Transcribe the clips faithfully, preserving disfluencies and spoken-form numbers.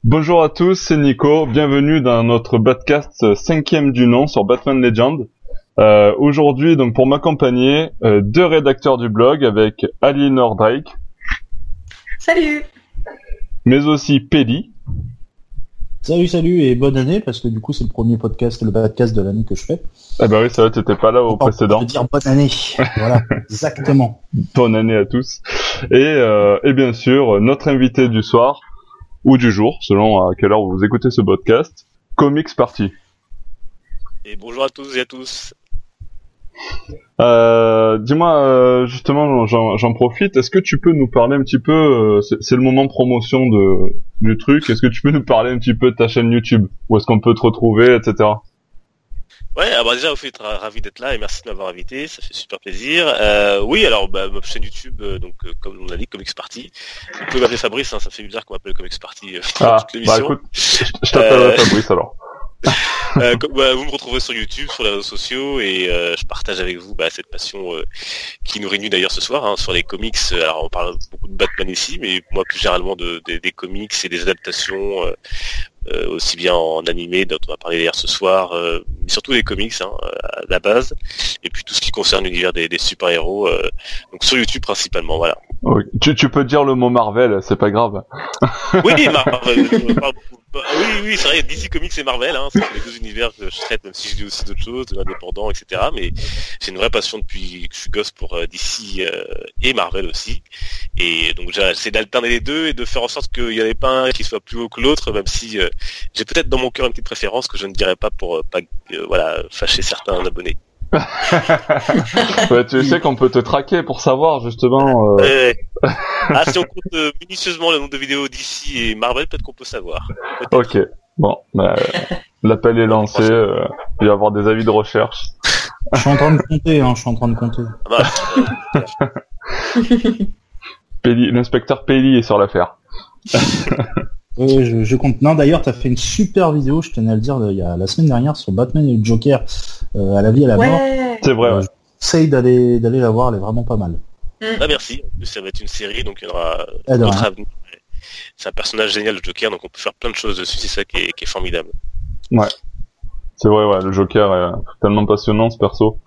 Bonjour à tous, c'est Nico, bienvenue dans notre podcast cinquième du nom sur Batman Legend. Euh, aujourd'hui, donc pour m'accompagner, euh, deux rédacteurs du blog avec Aliénor Drake. Salut. Mais aussi Pelli. Salut, salut et bonne année parce que du coup c'est le premier podcast, le podcast de l'année que je fais. Ah bah oui, ça va, t'étais pas là au On précédent. peut dire bonne année. Voilà, exactement. Bonne année à tous. Et, euh, et bien sûr, notre invité du soir, ou du jour, selon à quelle heure vous écoutez ce podcast, Comics Party. Et bonjour à tous et à tous. Euh, dis-moi, euh, justement, j'en, j'en profite, est-ce que tu peux nous parler un petit peu, euh, c'est, c'est le moment promotion de, du truc, est-ce que tu peux nous parler un petit peu de ta chaîne YouTube? Où est-ce qu'on peut te retrouver, et cetera. Ouais, alors déjà, au fait, ravi d'être là et merci de m'avoir invité, ça fait super plaisir. Euh, oui, alors bah, ma chaîne YouTube, euh, donc euh, comme on a dit, Comics Party. Vous pouvez m'appeler Fabrice, hein, ça fait bizarre qu'on m'appelle Comics Party euh, Ah, toute l'émission. bah écoute, je, je t'appellerai euh... Fabrice alors. euh, comme, bah, vous me retrouvez sur YouTube, sur les réseaux sociaux et euh, je partage avec vous bah, cette passion euh, qui nous réunit d'ailleurs ce soir hein, sur les comics. Alors on parle beaucoup de Batman ici, mais moi plus généralement de, de, des comics et des adaptations. Euh, Euh, aussi bien en animé dont on va parler d'ailleurs ce soir, euh, mais surtout les comics hein, à la base, et puis tout ce qui concerne l'univers des, des super-héros, euh, donc sur YouTube principalement, voilà. Oui. Tu, tu peux dire le mot Marvel, c'est pas grave. Oui, Marvel, euh, parle, bah, oui, oui, c'est vrai, D C Comics et Marvel, hein, c'est les deux univers que je traite, même si je dis aussi d'autres choses, de l'indépendant, et cetera. Mais j'ai une vraie passion depuis que je suis gosse pour euh, D C euh, et Marvel aussi. Et donc j'essaie d'alterner les deux et de faire en sorte qu'il n'y en ait pas un qui soit plus haut que l'autre, même si euh, j'ai peut-être dans mon cœur une petite préférence que je ne dirais pas pour euh, pas euh, voilà fâcher certains abonnés. Ouais, tu sais qu'on peut te traquer pour savoir justement. Euh... Ouais. Ah, si on compte euh, minutieusement le nombre de vidéos D C et Marvel, peut-être qu'on peut savoir. Peut-être. Ok, bon, bah, l'appel est lancé. Euh, il va y avoir des avis de recherche. Je suis en train de compter, hein, je suis en train de compter. Ah bah, Pelli, l'inspecteur Pelli est sur l'affaire. Oui, je, je compte. Non, d'ailleurs, t'as fait une super vidéo, je tenais à le dire, il y a la semaine dernière sur Batman et le Joker euh, à la vie et à la ouais. mort. C'est vrai. Euh, Ouais. J'essaye d'aller d'aller la voir, elle est vraiment pas mal. ah merci. En plus, ça va être une série, donc il y en aura Eh, d'autres à venir. C'est un personnage génial, le Joker, donc on peut faire plein de choses dessus. C'est ça qui est, qui est formidable. Ouais. C'est vrai, ouais. Le Joker est tellement passionnant, ce perso.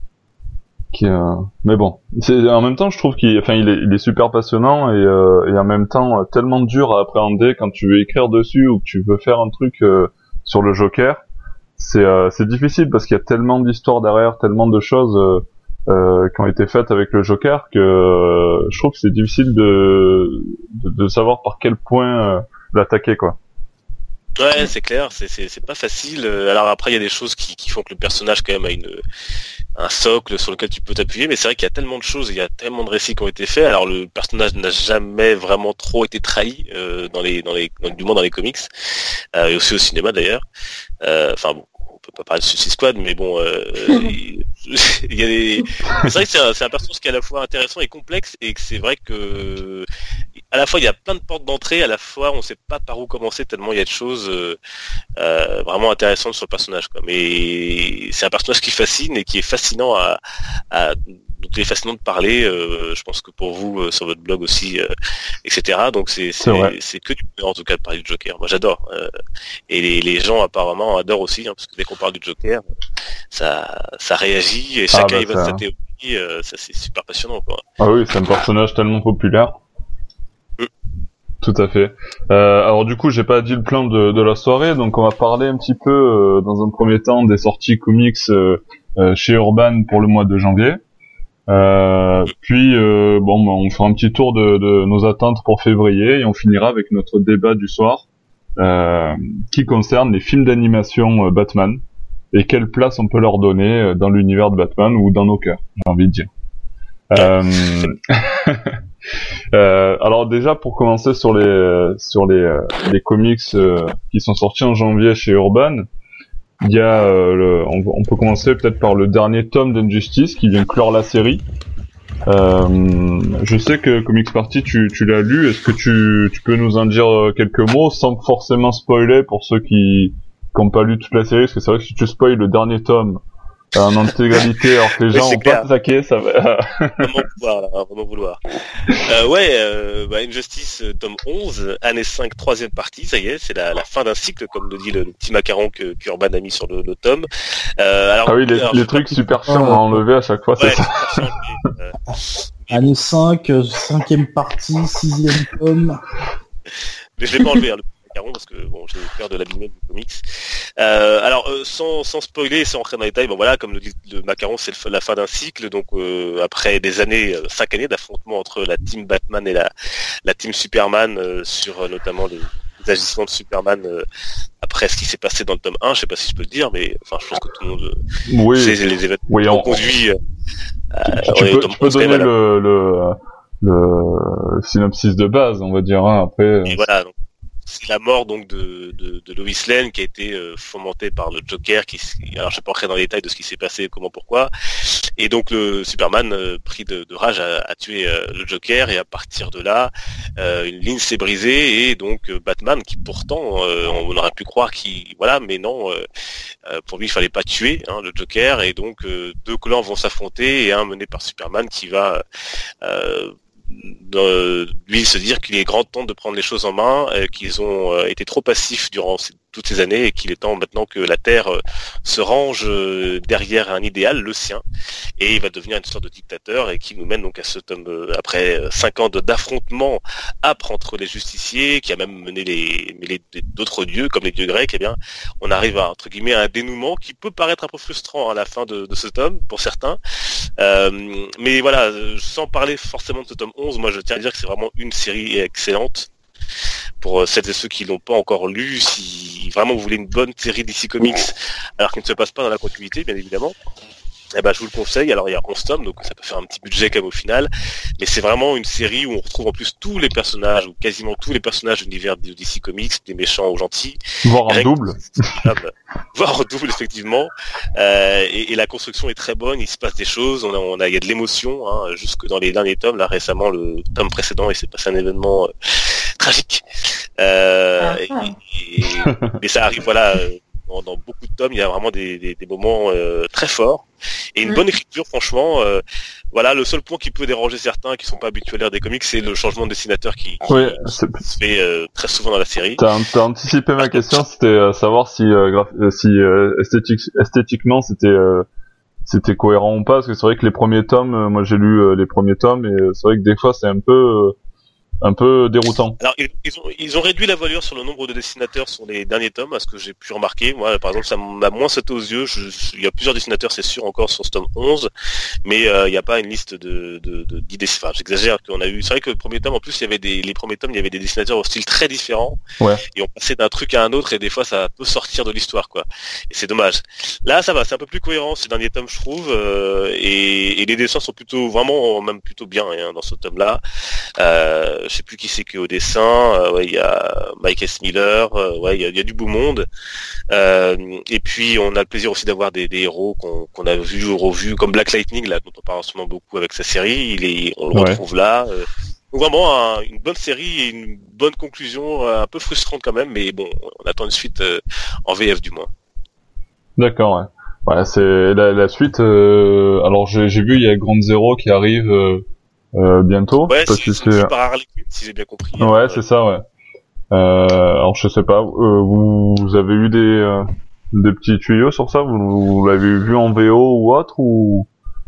Qui, euh... Mais bon, c'est en même temps, je trouve qu'il, enfin, il est, il est super passionnant et, euh, et en même temps euh, tellement dur à appréhender quand tu veux écrire dessus ou que tu veux faire un truc euh, sur le Joker. C'est, euh, c'est difficile parce qu'il y a tellement d'histoires derrière, tellement de choses euh, euh, qui ont été faites avec le Joker que euh, je trouve que c'est difficile de, de, de savoir par quel point euh, l'attaquer, quoi. Ouais, c'est clair, c'est, c'est, c'est pas facile. Alors après, il y a des choses qui, qui font que le personnage quand même a une, un socle sur lequel tu peux t'appuyer, mais c'est vrai qu'il y a tellement de choses, il y a tellement de récits qui ont été faits. Alors le personnage n'a jamais vraiment trop été trahi euh, dans les, dans les, dans, du moins dans les comics euh, et aussi au cinéma d'ailleurs. Euh, Enfin bon, on peut pas parler de Suicide Squad, mais bon, euh, il, il y a des. Mais c'est vrai que c'est un, c'est un personnage qui est à la fois intéressant et complexe, et que c'est vrai que à la fois il y a plein de portes d'entrée, à la fois on sait pas par où commencer tellement il y a de choses euh, euh, vraiment intéressantes sur le personnage, quoi. Mais c'est un personnage qui fascine et qui est fascinant à, à donc il est fascinant de parler. Euh, je pense que pour vous euh, sur votre blog aussi, euh, et cetera. Donc c'est c'est, c'est, c'est que du bonheur en tout cas de parler du Joker. Moi j'adore. Euh, et les, les gens apparemment adorent aussi, hein, parce que dès qu'on parle du Joker, ça ça réagit et chacun ah bah y va de sa théorie. Euh, ça c'est super passionnant, quoi. Ah oui, c'est un personnage tellement populaire. Mm. Tout à fait. Euh, alors du coup, j'ai pas dit le plan de, de la soirée, donc on va parler un petit peu euh, dans un premier temps des sorties comics euh, euh, chez Urban pour le mois de janvier. Euh, puis euh, bon, bah, on fera un petit tour de, de nos attentes pour février et on finira avec notre débat du soir euh, qui concerne les films d'animation euh, Batman et quelle place on peut leur donner euh, dans l'univers de Batman ou dans nos cœurs, j'ai envie de dire. Euh, euh, alors déjà pour commencer sur les sur les euh, les comics euh, qui sont sortis en janvier chez Urban. Il y a, euh, le, on, on peut commencer peut-être par le dernier tome d'Injustice qui vient clore la série. Euh, je sais que Comics Party, tu, tu l'as lu. Est-ce que tu, tu peux nous en dire quelques mots sans forcément spoiler pour ceux qui n'ont pas lu toute la série? Parce que c'est vrai que si tu spoil le dernier tome, en intégralité alors que les Oui, gens c'est ont pas clair. attaqué, ça va. Vraiment vouloir, là, hein, vraiment vouloir. Euh, ouais, euh, bah, Injustice, euh, tome onze, année cinq, troisième partie, ça y est, c'est la, la fin d'un cycle, comme le dit le, le petit macaron que qu'Urban a mis sur le, le tome. Euh, alors, Ah oui, les, alors, les je- trucs super chiants à enlever à chaque fois, Ouais, c'est ça. super changé, euh, Année cinq, euh, cinquième partie, sixième tome. mais je l'ai pas enlevé, hein, le petit macaron, parce que bon, j'ai peur de l'abîmer du comics. Euh, alors, euh, sans, sans spoiler, sans rentrer dans les détails, bon voilà, comme le dit le macaron, c'est le- la fin d'un cycle, donc euh, après des années, euh, cinq années d'affrontement entre la team Batman et la, la team Superman euh, sur euh, notamment les, les agissements de Superman euh, après ce qui s'est passé dans le tome un, je sais pas si je peux le dire, mais enfin je pense que tout le monde euh, Oui, sait les événements oui, qui ont on, conduit. Euh, tu, tu ouais, peux, tome tu peux onze, quand donner même, à la- le, le, le synopsis de base, on va dire, hein, après. euh, Et voilà, donc, c'est la mort donc de, de, de Lois Lane qui a été euh, fomentée par le Joker, qui, s- alors je vais pas rentrer dans les détails de ce qui s'est passé, comment, pourquoi, et donc le Superman, euh, pris de, de rage, a, a tué euh, le Joker, et à partir de là, euh, une ligne s'est brisée, et donc euh, Batman, qui pourtant, euh, on aurait pu croire qu'il, voilà, mais non, euh, euh, pour lui il fallait pas tuer hein, le Joker, et donc euh, deux clans vont s'affronter, et un mené par Superman qui va euh, de, lui se dire qu'il est grand temps de prendre les choses en main, euh, qu'ils ont euh, été trop passifs durant ces- toutes ces années et qu'il est temps maintenant que la Terre euh, se range euh, derrière un idéal, le sien, et il va devenir une sorte de dictateur et qui nous mène donc à ce tome euh, après euh, cinq ans de- d'affrontements âpres entre les justiciers, qui a même mené les, mais les- les- d'autres dieux comme les dieux grecs. Eh bien, on arrive à entre guillemets à un dénouement qui peut paraître un peu frustrant à la fin de, de ce tome pour certains. Euh, mais voilà, euh, sans parler forcément de ce tome onze, moi je tiens à dire que c'est vraiment une série excellente. Pour euh, celles et ceux qui l'ont pas encore lu, si vraiment vous voulez une bonne série D C Comics, alors qu'il ne se passe pas dans la continuité, bien évidemment, eh ben, je vous le conseille. Alors il y a onze tomes, donc ça peut faire un petit budget quand même au final, mais c'est vraiment une série où on retrouve en plus tous les personnages, ou quasiment tous les personnages de l'univers de D C Comics, des méchants aux gentils, Voire en Rien que- double. voire en double effectivement, euh, et, et la construction est très bonne, il se passe des choses, on a, on a, il y a de l'émotion, hein, jusque dans les derniers tomes. Là récemment, le tome précédent, il s'est passé un événement euh, tragique, euh, Ah, ah. et, et, et ça arrive, voilà. Euh, dans, dans beaucoup de tomes, il y a vraiment des, des, des moments euh, très forts et une Mm. bonne écriture, franchement. Euh, voilà, le seul point qui peut déranger certains qui sont pas habitués à lire des comics, c'est le changement de dessinateur qui, qui Oui, c'est- se fait euh, très souvent dans la série. T'as, t'as anticipé ma question, c'était euh, savoir si, euh, graph- euh, si euh, esthétique, esthétiquement c'était euh, c'était cohérent ou pas, parce que c'est vrai que les premiers tomes, euh, moi j'ai lu euh, les premiers tomes, et euh, c'est vrai que des fois c'est un peu euh, un peu déroutant. Alors ils, ils ont ils ont réduit la voilure sur le nombre de dessinateurs sur les derniers tomes, à ce que j'ai pu remarquer. Moi, par exemple, ça m'a moins sauté aux yeux. Je, il y a plusieurs dessinateurs, c'est sûr, encore sur ce tome onze, mais euh, il n'y a pas une liste de de, de d'idées. Enfin, j'exagère qu'on a eu. C'est vrai que le premier tome, en plus, il y avait des les premiers tomes, il y avait des dessinateurs au style très différent. Ouais. Et on passait d'un truc à un autre, et des fois, ça peut sortir de l'histoire, quoi. Et c'est dommage. Là, ça va, c'est un peu plus cohérent ces derniers tomes, je trouve, euh, et, et les dessins sont plutôt vraiment même plutôt bien hein, dans ce tome-là. Euh, je sais plus qui c'est qui est au dessin. Euh, ouais, il y a Mike S. Miller. Euh, ouais, il y a, il y a du beau monde. Euh, et puis on a le plaisir aussi d'avoir des, des héros qu'on qu'on a vus ou revus, comme Black Lightning, là, dont on parle en ce moment beaucoup avec sa série. Il est, on le Ouais. retrouve là. Euh, donc vraiment un- une bonne série et une bonne conclusion, euh, un peu frustrante quand même, mais bon, on attend une suite euh, en V F du moins. D'accord, ouais. Ouais, c'est la, la suite. Euh, alors j'ai, j'ai vu il y a Ground Zero qui arrive euh, euh, bientôt. Ouais, Je sais c'est pas si c'est c'est- par Harley Quinn, si j'ai bien compris. Ouais, hein. c'est ça, ouais. Euh, alors je sais pas, euh, vous, vous avez eu des euh, des petits tuyaux sur ça, vous, vous l'avez vu en V O ou autre, ou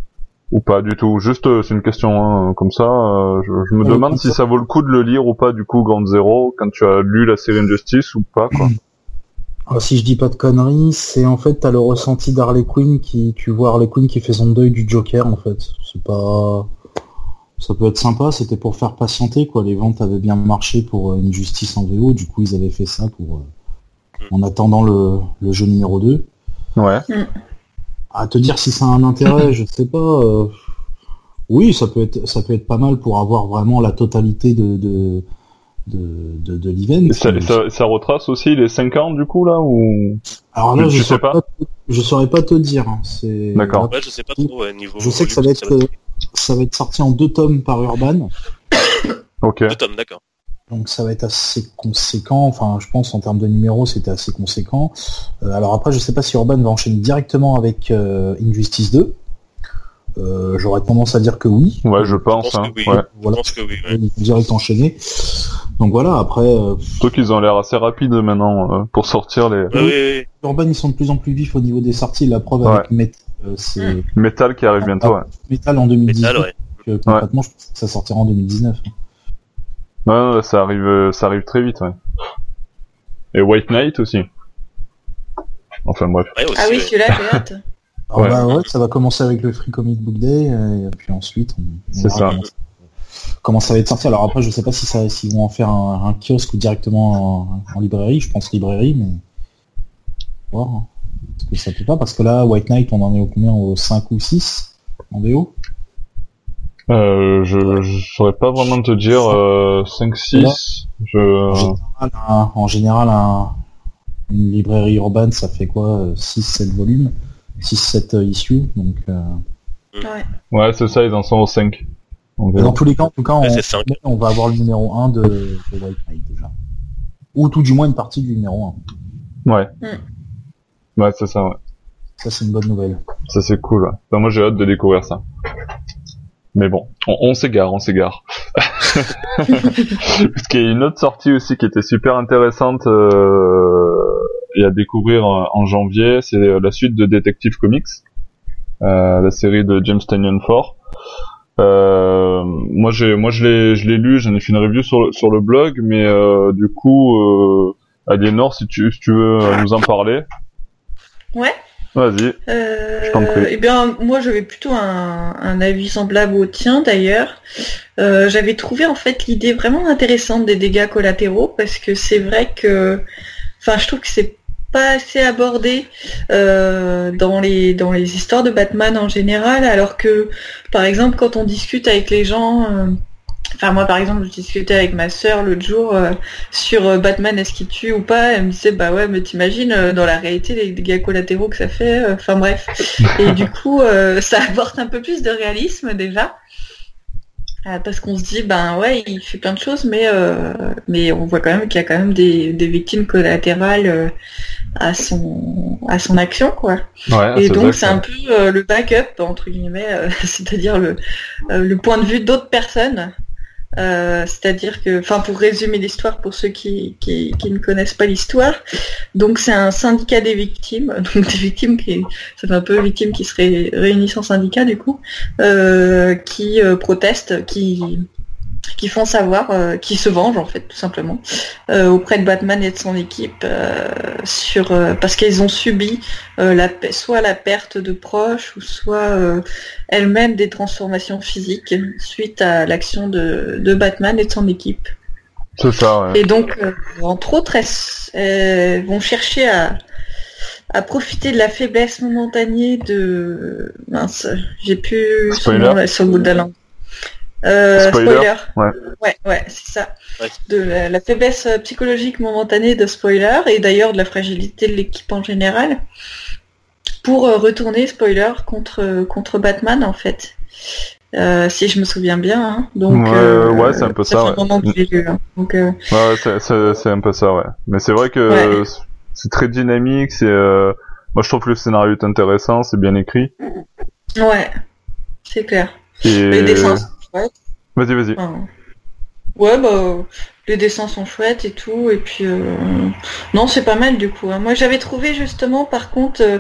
ou pas du tout. Juste euh, c'est une question hein, comme ça. euh, je, je me Euh, demande comme si ça. ça vaut le coup de le lire ou pas du coup Ground Zero quand tu as lu la série Injustice ou pas quoi. Alors, si je dis pas de conneries, c'est en fait t'as le ressenti d'Harley Quinn qui, tu vois Harley Quinn qui fait son deuil du Joker en fait. C'est pas, ça peut être sympa. C'était pour faire patienter quoi. Les ventes avaient bien marché pour euh, une justice en V O. Du coup ils avaient fait ça pour euh, en attendant le, le jeu numéro deux. Ouais. À te dire si ça a un intérêt, je sais pas. euh, Oui, ça peut être, ça peut être pas mal pour avoir vraiment la totalité de de de, de, de l'event. Et ça, ça, ça retrace aussi les cinq ans du coup là ou Alors là, tu je sais saurais pas pas, te- je saurais pas te dire. hein. C'est D'accord. Ouais, je sais pas trop ouais, niveau. Je sais que ça va volume, être, euh, ça va être sorti en deux tomes par Urban. Ok. Deux tomes, d'accord. Donc ça va être assez conséquent, enfin je pense en termes de numéros c'était assez conséquent. Euh, alors après je sais pas si Urban va enchaîner directement avec euh, Injustice deux. Euh, j'aurais tendance à dire que oui. Ouais, je pense. Je pense hein. que oui. Ouais. Voilà. Je pense que oui, ouais. Ils vont direct enchaîner. Donc voilà, après euh, Surtout qu'ils ont l'air assez rapides maintenant euh, pour sortir les... Ouais, oui, oui. Urban ils sont de plus en plus vifs au niveau des sorties, la preuve avec Metal, euh, c'est Metal qui arrive bientôt, ouais. Metal en deux mille dix-huit. Metal, ouais. Donc, euh, concrètement je pense que ça sortira en deux mille dix-neuf. Ouais, ouais, ça arrive, euh, ça arrive très vite, ouais. Et White Knight aussi. Enfin bref. Ouais, aussi, Ah oui, ouais. celui-là, j'ai hâte. Alors Ouais. bah ouais, ça va commencer avec le Free Comic Book Day, euh, et puis ensuite on, on C'est verra ça. Comment, comment ça va être sorti. Alors après je sais pas si ça s'ils vont en faire un, un kiosque ou directement en, en librairie, je pense librairie, mais voir. Hein. Parce que ça peut pas, parce que là White Knight on en est au combien, au cinq ou six en V O. Euh, je, je saurais pas vraiment te dire, euh, cinq six, En je... général, un, en général un, une librairie urbaine ça fait quoi, six sept volumes, six sept issues, donc euh... Ouais. Ouais, c'est ça, ils en sont au cinq. On dans verra. tous les cas, en tout cas, on, Ouais, c'est cinq. on va avoir le numéro un de, de White Knight déjà. Ou tout du moins une partie du numéro un. Ouais. Mm. Ouais, c'est ça, ouais. Ça, c'est une bonne nouvelle. Ça, c'est cool, ouais. Enfin, moi, j'ai hâte de découvrir ça. Mais bon, on, on s'égare, on s'égare. Parce qu'il y a une autre sortie aussi qui était super intéressante euh, et à découvrir en, en janvier, c'est la suite de Detective Comics, euh, la série de James Tynion four. Euh, moi, j'ai, moi, je l'ai, je l'ai lu, j'en ai fait une review sur le, sur le blog, mais euh, du coup, euh, Aliénor, si tu, si tu veux nous en parler. Ouais. Vas-y. Euh, t'en prie. eh bien, moi, j'avais plutôt un, un avis semblable au tien, d'ailleurs. Euh, j'avais trouvé, en fait, l'idée vraiment intéressante des dégâts collatéraux, parce que c'est vrai que... Enfin, je trouve que c'est pas assez abordé euh, dans les dans les histoires de Batman en général, alors que, par exemple, quand on discute avec les gens... Euh, Enfin, moi, par exemple, je discutais avec ma sœur l'autre jour euh, sur euh, Batman, est-ce qu'il tue ou pas. Elle me disait, bah ouais, mais t'imagines, euh, dans la réalité, les dégâts collatéraux que ça fait. euh, Enfin, bref. Et du coup, euh, ça apporte un peu plus de réalisme, déjà. Euh, parce qu'on se dit, ben ouais, il fait plein de choses, mais euh, mais on voit quand même qu'il y a quand même des, des victimes collatérales euh, à son à son action, quoi. Ouais, Et c'est donc, vrai c'est que- un peu euh, le backup, entre guillemets, euh, c'est-à-dire le, euh, le point de vue d'autres personnes. Euh, c'est-à-dire que, enfin, pour résumer l'histoire pour ceux qui, qui, qui ne connaissent pas l'histoire, donc c'est un syndicat des victimes, donc des victimes qui, c'est un peu victimes qui se ré- réunissent en syndicat du coup, euh, qui euh, protestent, qui qui font savoir, euh, qui se vengent en fait tout simplement euh, auprès de Batman et de son équipe euh, sur euh, parce qu'ils ont subi euh, la, soit la perte de proches ou soit euh, elles-mêmes des transformations physiques suite à l'action de, de Batman et de son équipe. C'est ça, ouais. Et donc, euh, entre autres, elles, elles vont chercher à, à profiter de la faiblesse momentanée de... Mince, j'ai plus son Spoiler. nom là, sur le bout de la langue. Euh, Spoiler. spoiler. Ouais. Ouais, ouais, c'est ça. Ouais. De la, la faiblesse euh, psychologique momentanée de Spoiler et d'ailleurs de la fragilité de l'équipe en général pour euh, retourner Spoiler contre euh, contre Batman en fait. Euh, si je me souviens bien, hein. Donc Ouais, euh, ouais, c'est un peu ça, fait ouais. un moment que je l'ai lu, hein. Donc euh, Ouais, ouais, c'est, c'est, c'est un peu ça, ouais. Mais c'est vrai que Ouais. c'est très dynamique, c'est, euh... moi je trouve que le scénario est intéressant, c'est bien écrit. ouais, c'est clair. Et... Les dessins sont chouettes. Vas-y, vas-y. Enfin, ouais, bah, les dessins sont chouettes et tout, et puis euh, non, c'est pas mal du coup, hein. Moi, j'avais trouvé justement, par contre, euh,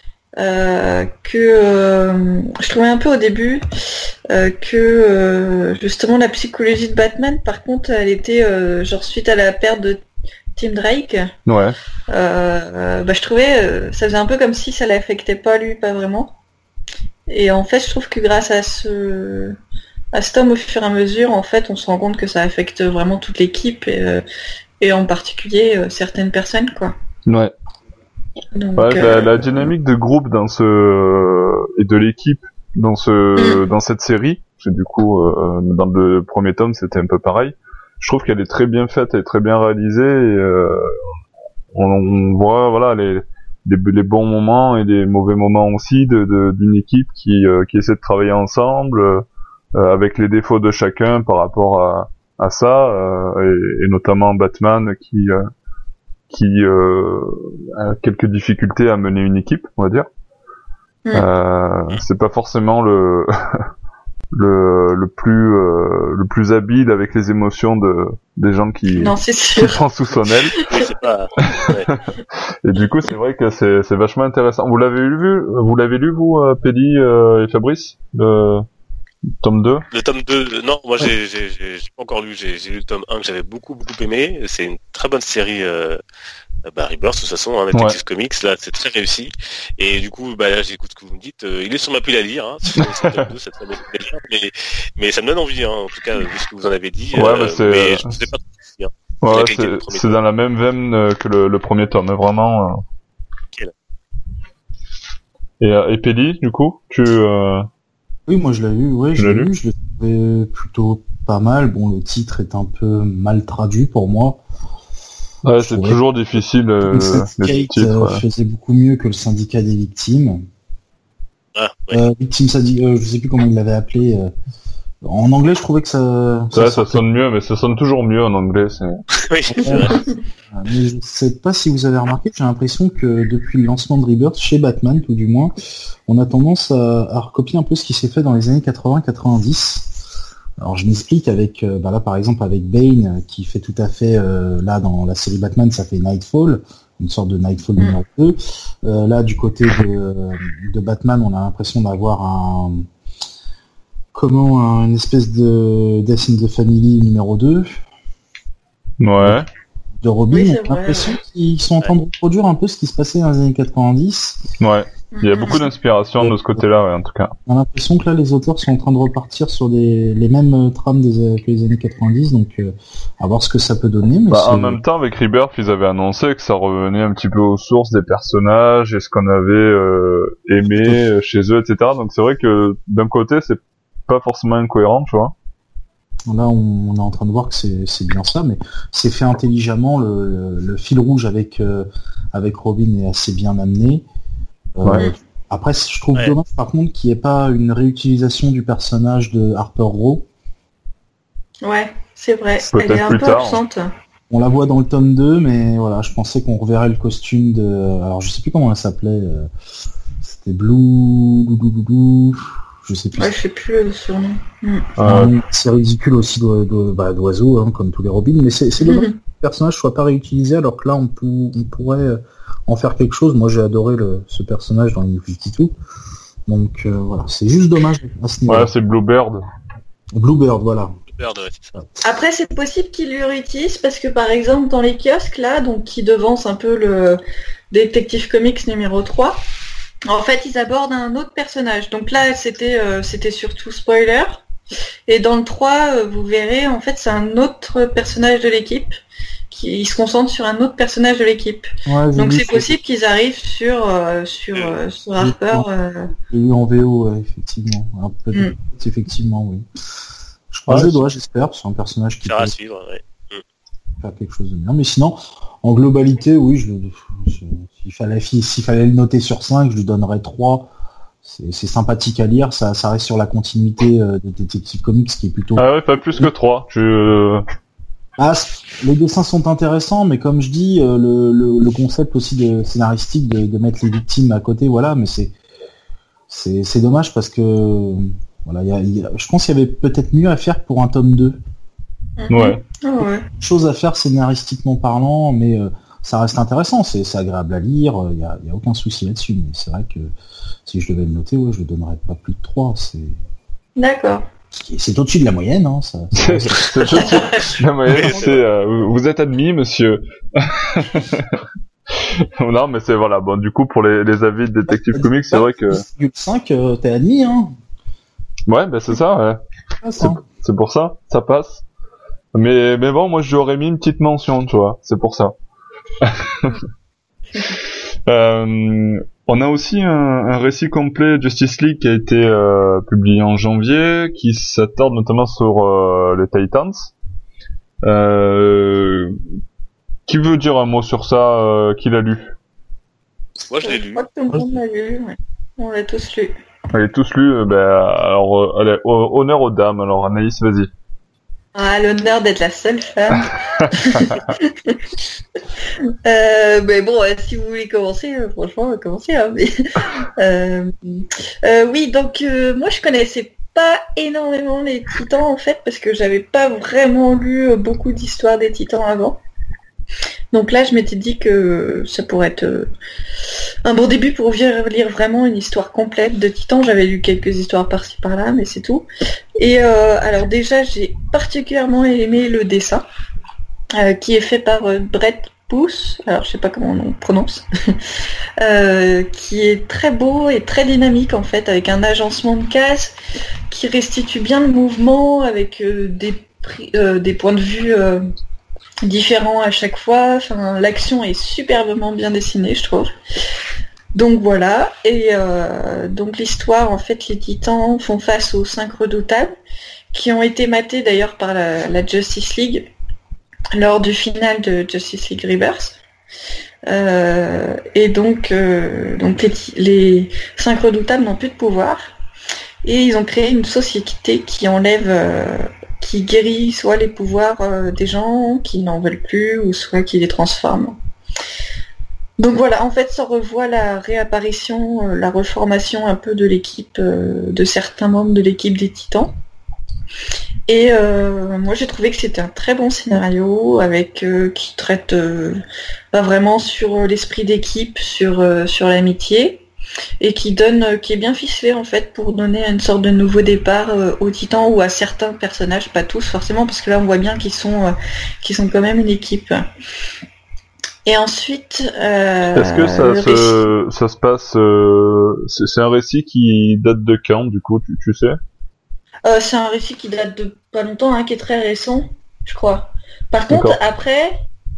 euh, que euh, je trouvais un peu au début euh, que euh, justement la psychologie de Batman, par contre, elle était euh, genre suite à la perte de Tim Drake. Ouais. Euh, bah, je trouvais, euh, ça faisait un peu comme si ça l'affectait pas lui, pas vraiment. Et en fait, je trouve que grâce à ce à cet homme, au fur et à mesure, en fait, on se rend compte que ça affecte vraiment toute l'équipe et, euh, et en particulier euh, certaines personnes, quoi. Ouais. Donc, Ouais, euh, la, la dynamique de groupe dans ce et de l'équipe dans ce Mm. dans cette série, parce que du coup euh, dans le premier tome c'était un peu pareil. Je trouve qu'elle est très bien faite, elle est très bien réalisée. Et, euh, on, on voit voilà les, les les bons moments et les mauvais moments aussi de, de d'une équipe qui euh, qui essaie de travailler ensemble euh, avec les défauts de chacun par rapport à à ça, euh, et, et notamment Batman qui euh, qui euh, a quelques difficultés à mener une équipe, on va dire. Mm. Euh, c'est pas forcément le le le plus euh, le plus habile avec les émotions de des gens qui non, c'est sûr. qui prend sous son aile. Oui, c'est pas... ouais. Et du coup, c'est vrai que c'est c'est vachement intéressant. Vous l'avez lu, vous l'avez lu vous, euh, Pédi euh, et Fabrice, le tome deux? Le tome deux, non, moi j'ai j'ai j'ai, j'ai pas encore lu. J'ai j'ai lu le tome un que j'avais beaucoup beaucoup aimé. C'est une très bonne série. Euh... Bah, Rebirth, de toute façon, hein, Detective ouais. Comics, là, c'est très réussi. Et du coup, bah, là, j'écoute ce que vous me dites. Euh, il est sur ma pile à lire, hein. C'est deux, ça te à lire, mais, mais ça me donne envie, hein, en tout cas, vu ce que vous en avez dit. Ouais, euh, bah, c'est, mais je ne sais pas trop. Hein. Ouais, c'est, c'est dans la même veine que le, le premier tome, vraiment. Euh... Okay, et, euh, et Pédi, du coup, tu, euh... Oui, moi, je l'ai lu, ouais, je l'ai lu, lu, je l'ai trouvé plutôt pas mal. Bon, le titre est un peu mal traduit pour moi. Ouais, c'est toujours difficile. Euh, le Syndicate euh, faisait beaucoup mieux que le syndicat des victimes. Ah, ouais. euh, victime syndic... euh, je sais plus comment il l'avait appelé. Euh... En anglais, je trouvais que ça. Ça, ouais, ça sonne mieux, mais ça sonne toujours mieux en anglais. C'est... oui, c'est vrai. Mais je sais pas si vous avez remarqué, j'ai l'impression que depuis le lancement de Rebirth, chez Batman, tout du moins, on a tendance à, à recopier un peu ce qui s'est fait dans les années quatre-vingts quatre-vingt-dix. Alors je m'explique avec, euh, bah là par exemple avec Bane qui fait tout à fait, euh, là dans la série Batman ça fait Nightfall, une sorte de Nightfall mmh. numéro deux. Euh, là du côté de, de Batman on a l'impression d'avoir un, comment, un, une espèce de Death in the Family numéro deux. Ouais. De Robin, oui, on a l'impression qu'ils sont en train de reproduire un peu ce qui se passait dans les années quatre-vingt-dix. Ouais. Il y a beaucoup d'inspiration de ce côté-là, ouais, en tout cas. On a l'impression que là, les auteurs sont en train de repartir sur des, les mêmes euh, trames des, que les années quatre-vingt-dix, donc euh, à voir ce que ça peut donner. Mais bah, en même temps, avec Rebirth, ils avaient annoncé que ça revenait un petit peu aux sources des personnages et ce qu'on avait euh, aimé chez eux, et cetera. Donc c'est vrai que d'un côté, c'est pas forcément incohérent, tu vois. Là, on, on est en train de voir que c'est, c'est bien ça, mais c'est fait intelligemment. Le, le, le fil rouge avec euh, avec Robin est assez bien amené. Euh, ouais. Après, je trouve ouais. dommage par contre qu'il n'y ait pas une réutilisation du personnage de Harper Row. Ouais, c'est vrai. Peut-être elle est un plus peu tard. absente. On la voit dans le tome deux, mais voilà, je pensais qu'on reverrait le costume de... Alors, je sais plus comment elle s'appelait. C'était Blue... Je sais plus. Ouais, je sais plus le surnom. Mm. Euh... C'est ridicule aussi d'o- d'o- bah, d'oiseau, hein, comme tous les Robins, mais c'est, c'est dommage mm-hmm. que le personnage soit pas réutilisé, alors que là, on, pou- on pourrait... en faire quelque chose. Moi j'ai adoré le, ce personnage dans New cinquante-deux, donc euh, voilà, c'est juste dommage à ce niveau. Ouais, c'est Bluebird. Bluebird, voilà. Bluebird, ouais, c'est ça. Après c'est possible qu'il le réutilise parce que par exemple dans les kiosques là, donc qui devance un peu le Detective Comics numéro trois, en fait ils abordent un autre personnage. Donc là c'était euh, c'était surtout spoiler. Et dans le trois, euh, vous verrez en fait c'est un autre personnage de l'équipe. Ils se concentrent sur un autre personnage de l'équipe. Ouais, donc c'est ça. possible qu'ils arrivent sur euh, sur euh, sur Harper. Euh... J'ai eu en V O, ouais, effectivement. Un peu de... mm. Effectivement, oui. Je crois ouais, que je dois, j'espère. C'est un personnage qui peut à suivre, ouais. faire quelque chose de bien. Mais sinon, en globalité, oui, je, je, s'il fallait s'il fallait le noter sur cinq, je lui donnerais trois. C'est, c'est sympathique à lire. Ça, ça reste sur la continuité euh, de Detective Comics, qui est plutôt. Ah ouais, pas plus que trois. Je... Ah, les dessins sont intéressants, mais comme je dis, euh, le, le, le concept aussi de scénaristique de, de mettre les victimes à côté, voilà, mais c'est c'est, c'est dommage parce que voilà, y a, y a, je pense qu'il y avait peut-être mieux à faire pour un tome deux. Ouais. Oh, ouais. Chose à faire scénaristiquement parlant, mais euh, ça reste intéressant, c'est, c'est agréable à lire, il y a, y a aucun souci là-dessus, mais c'est vrai que si je devais le noter, ouais, je ne donnerais pas plus de trois. C'est... D'accord. C'est au-dessus de la moyenne, hein, ça. C'est, c'est au-dessus de la moyenne, c'est, euh, vous êtes admis, monsieur. Non, mais c'est, voilà, bon, du coup, pour les, les avis de Detective bah, Comics, c'est vrai que... six virgule cinq, euh, t'es admis, hein. Ouais, bah, c'est ça, ouais. Ah, ça. C'est, c'est pour ça, ça passe. Mais, mais bon, moi, j'aurais mis une petite mention, tu vois, c'est pour ça. euh... On a aussi un, un récit complet Justice League qui a été euh, publié en janvier, qui s'attarde notamment sur euh, les Titans. Euh, qui veut dire un mot sur ça, euh, qui l'a lu? Moi je l'ai lu. Je crois que tout le monde l'a lu, ouais. On l'a tous lu. On l'a tous lu, euh, ben, alors euh, allez, honneur aux dames, alors Anaïs, vas-y. Ah, l'honneur d'être la seule femme. euh, mais bon, euh, si vous voulez commencer, euh, franchement, commencez. Hein, mais... euh, euh, oui, donc euh, moi je connaissais pas énormément les Titans en fait, parce que j'avais pas vraiment lu beaucoup d'histoires des Titans avant. Donc là, je m'étais dit que ça pourrait être euh, un bon début pour lire vraiment une histoire complète de Titans. J'avais lu quelques histoires par-ci par-là, mais c'est tout. Et euh, alors déjà, j'ai particulièrement aimé le dessin, euh, qui est fait par euh, Brett Booth, alors je sais pas comment on prononce, euh, qui est très beau et très dynamique en fait, avec un agencement de cases qui restitue bien le mouvement, avec euh, des, euh, des points de vue... Euh, différents à chaque fois, enfin, l'action est superbement bien dessinée, je trouve. Donc voilà, et euh, donc l'histoire, en fait, les Titans font face aux cinq redoutables, qui ont été matés d'ailleurs par la, la Justice League lors du final de Justice League Rebirth. Euh, et donc, euh, donc les, les cinq redoutables n'ont plus de pouvoir, et ils ont créé une société qui enlève... Euh, qui guérit soit les pouvoirs euh, des gens qui n'en veulent plus, ou soit qui les transforme. Donc voilà, en fait, ça revoit la réapparition, euh, la reformation un peu de l'équipe, euh, de certains membres de l'équipe des Titans. Et euh, moi, j'ai trouvé que c'était un très bon scénario, avec euh, qui traite euh, pas vraiment sur l'esprit d'équipe, sur euh, sur l'amitié. Et qui donne, qui est bien ficelé en fait pour donner une sorte de nouveau départ euh, aux Titans ou à certains personnages, pas tous forcément, parce que là on voit bien qu'ils sont, euh, qu'ils sont quand même une équipe. Et ensuite, euh, est-ce que ça se, récit... ça se passe, euh, c'est, c'est un récit qui date de quand du coup, tu, tu sais euh, C'est un récit qui date de pas longtemps, hein, qui est très récent, je crois. Par contre, D'accord. après.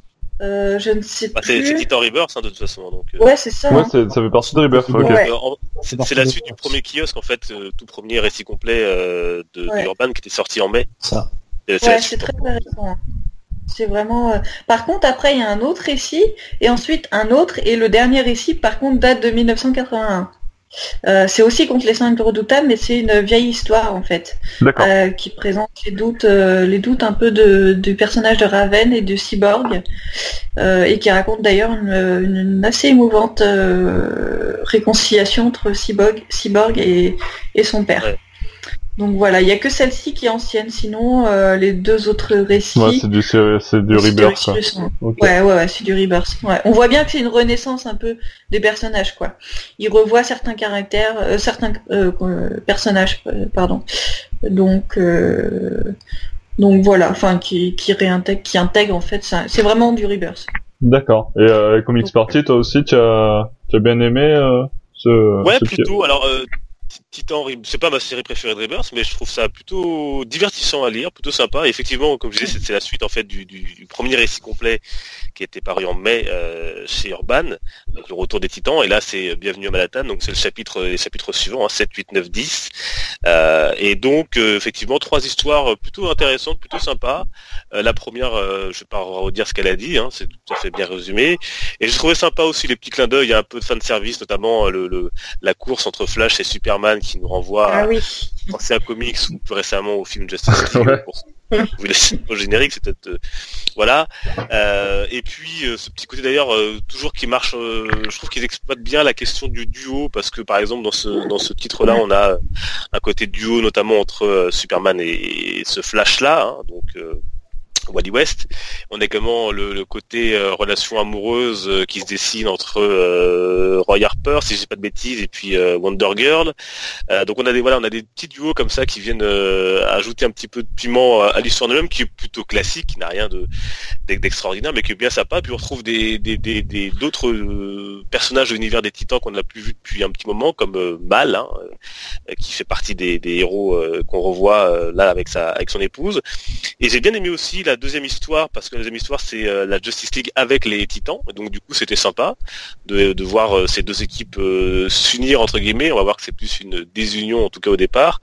Euh, je ne sais bah, plus. C'est, c'est Titan Rebirth hein, de toute façon. Donc, euh... Ouais, c'est ça. Ouais, hein. c'est, ça fait partie de Rebirth. Okay. Ouais. C'est, c'est la suite du premier kiosque en fait, euh, tout premier récit complet euh, de, ouais. de Urban qui était sorti en mai. Ça. Euh, c'est ouais, c'est très intéressant. C'est vraiment. Euh... Par contre, après, il y a un autre récit et ensuite un autre et le dernier récit, par contre, date de mille neuf cent quatre-vingt-un. Euh, c'est aussi contre les cinq redoutables, mais c'est une vieille histoire en fait, euh, qui présente les doutes, euh, les doutes un peu de, du personnage de Raven et de Cyborg, euh, et qui raconte d'ailleurs une, une, une assez émouvante euh, réconciliation entre Cyborg, Cyborg et, et son père. Ouais. Donc voilà, il y a que celle-ci qui est ancienne, sinon euh, les deux autres récits. Ouais, c'est du, c'est, c'est du Rebirth. Quoi. Okay. Ouais, ouais, ouais, c'est du Rebirth. Ouais. On voit bien que c'est une renaissance un peu des personnages, quoi. Ils revoient certains caractères, euh, certains euh, personnages, euh, pardon. Donc, euh, donc voilà, enfin, qui, qui réintègre, qui intègre en fait, ça, c'est vraiment du Rebirth. D'accord. Et euh, Comics Party, toi aussi, tu as, tu as bien aimé euh, ce. Ouais, ce plutôt. Qui... Alors. Euh... Titan, c'est pas ma série préférée de Rebirth, mais je trouve ça plutôt divertissant à lire, plutôt sympa. Et effectivement, comme je disais, c'est, c'est la suite en fait du, du, du premier récit complet qui a été paru en mai euh, chez Urban, donc le retour des Titans. Et là, c'est Bienvenue à Manhattan, donc c'est le chapitre, les chapitres suivants, hein, sept, huit, neuf, dix. Euh, et donc, euh, effectivement, trois histoires plutôt intéressantes, plutôt sympas. Euh, la première, euh, je vais pas redire ce qu'elle a dit, hein, c'est tout à fait bien résumé. Et j'ai trouvé sympa aussi les petits clins d'œil, il y a un peu de fan service, notamment le, le la course entre Flash et Superman qui nous renvoie ah, à oui. penser à comics ou plus récemment au film Justice League. Ouais. Pour vous laisser au générique, c'est peut-être euh, voilà. Euh, et puis euh, ce petit côté d'ailleurs euh, toujours qui marche. Euh, je trouve qu'ils exploitent bien la question du duo parce que par exemple dans ce dans ce titre-là, on a un côté duo notamment entre euh, Superman et, et ce Flash-là, hein, donc. Euh, Wally West. On a également le, le côté euh, relation amoureuse euh, qui se dessine entre euh, Roy Harper, si je dis pas de bêtises, et puis euh, Wonder Girl. Euh, donc on a des voilà, on a des petits duos comme ça qui viennent euh, ajouter un petit peu de piment à, à l'histoire de même, qui est plutôt classique, qui n'a rien de d'extraordinaire, mais qui est bien sympa. Puis on retrouve des, des, des, des d'autres euh, personnages de l'univers des Titans qu'on n'a plus vu depuis un petit moment, comme euh, Mal, hein, euh, qui fait partie des, des héros euh, qu'on revoit euh, là avec sa avec son épouse. Et j'ai bien aimé aussi la deuxième histoire, parce que la deuxième histoire c'est euh, la Justice League avec les Titans, et donc du coup c'était sympa de, de voir euh, ces deux équipes euh, s'unir entre guillemets. On va voir que c'est plus une désunion en tout cas au départ,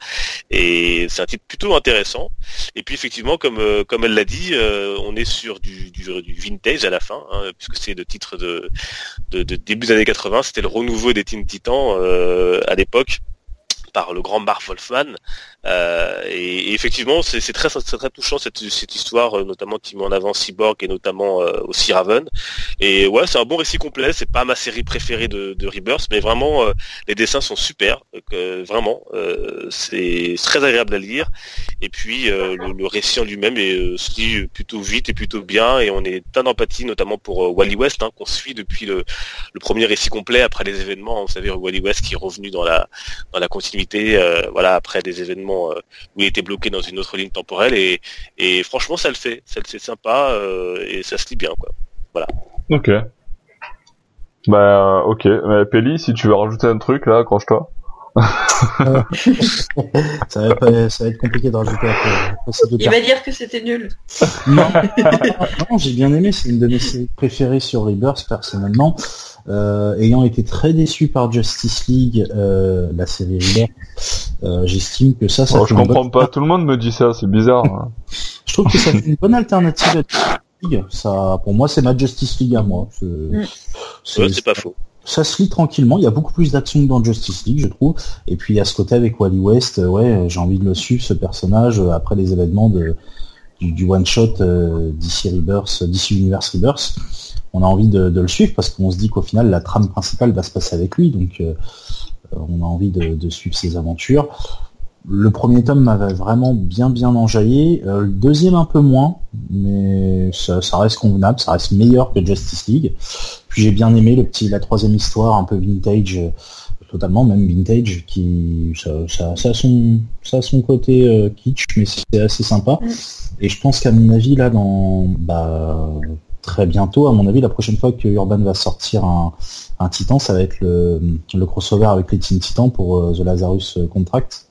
et c'est un titre plutôt intéressant. Et puis effectivement comme euh, comme elle l'a dit, euh, on est sur du, du, du vintage à la fin, hein, puisque c'est le titre de, de, de début des années quatre-vingts, c'était le renouveau des Teen Titans euh, à l'époque, par le grand Marv Wolfman, Euh, et, et effectivement, c'est, c'est très, c'est très touchant cette, cette histoire, euh, notamment qui met en avant Cyborg et notamment euh, aussi Raven. Et ouais, c'est un bon récit complet. C'est pas ma série préférée de, de Rebirth, mais vraiment euh, les dessins sont super. Euh, vraiment, euh, c'est très agréable à lire. Et puis euh, le, le récit en lui-même est, euh, se lit plutôt vite et plutôt bien. Et on est plein d'empathie, notamment pour euh, Wally West, hein, qu'on suit depuis le, le premier récit complet après les événements. Vous savez, Wally West qui est revenu dans la dans la continuité, euh, voilà, après des événements euh, où il était bloqué dans une autre ligne temporelle. Et, et franchement, ça le fait, ça le fait sympa euh, et ça se lit bien, quoi. Voilà. Ok. Bah ok. Mais Pelli, si tu veux rajouter un truc là, accroche-toi. ça, va pas, ça va être compliqué de rajouter après. Il va dire que c'était nul. Non, non, j'ai bien aimé, c'est une de mes séries préférées sur Rebirth personnellement. Euh, ayant été très déçu par Justice League, euh, la série Rebirth, euh, j'estime que ça, ça oh, fait je comprends bonne... pas, tout le monde me dit ça, c'est bizarre. Hein. Je trouve que ça fait une bonne alternative à Justice League. Ça, pour moi, c'est ma Justice League à moi. C'est, mm. c'est, ouais, c'est pas faux. Ça se lit tranquillement, il y a beaucoup plus d'action que dans Justice League, je trouve. Et puis il y a ce côté avec Wally West, euh, ouais, j'ai envie de le suivre, ce personnage, euh, après les événements de, du, du one-shot euh, D C Rebirth, D C Universe Rebirth. On a envie de, de le suivre parce qu'on se dit qu'au final, la trame principale va se passer avec lui, donc euh, on a envie de, de suivre ses aventures. Le premier tome m'avait vraiment bien bien enjaillé, euh, le deuxième un peu moins, mais ça, ça reste convenable, ça reste meilleur que Justice League. Puis j'ai bien aimé le petit, la troisième histoire un peu vintage, euh, totalement même vintage, qui ça, ça, ça a son, ça a son côté euh, kitsch, mais c'est assez sympa. Et je pense qu'à mon avis là, dans bah très bientôt, à mon avis, la prochaine fois que Urban va sortir un, un Titan, ça va être le, le crossover avec les Teen Titans pour euh, The Lazarus Contract.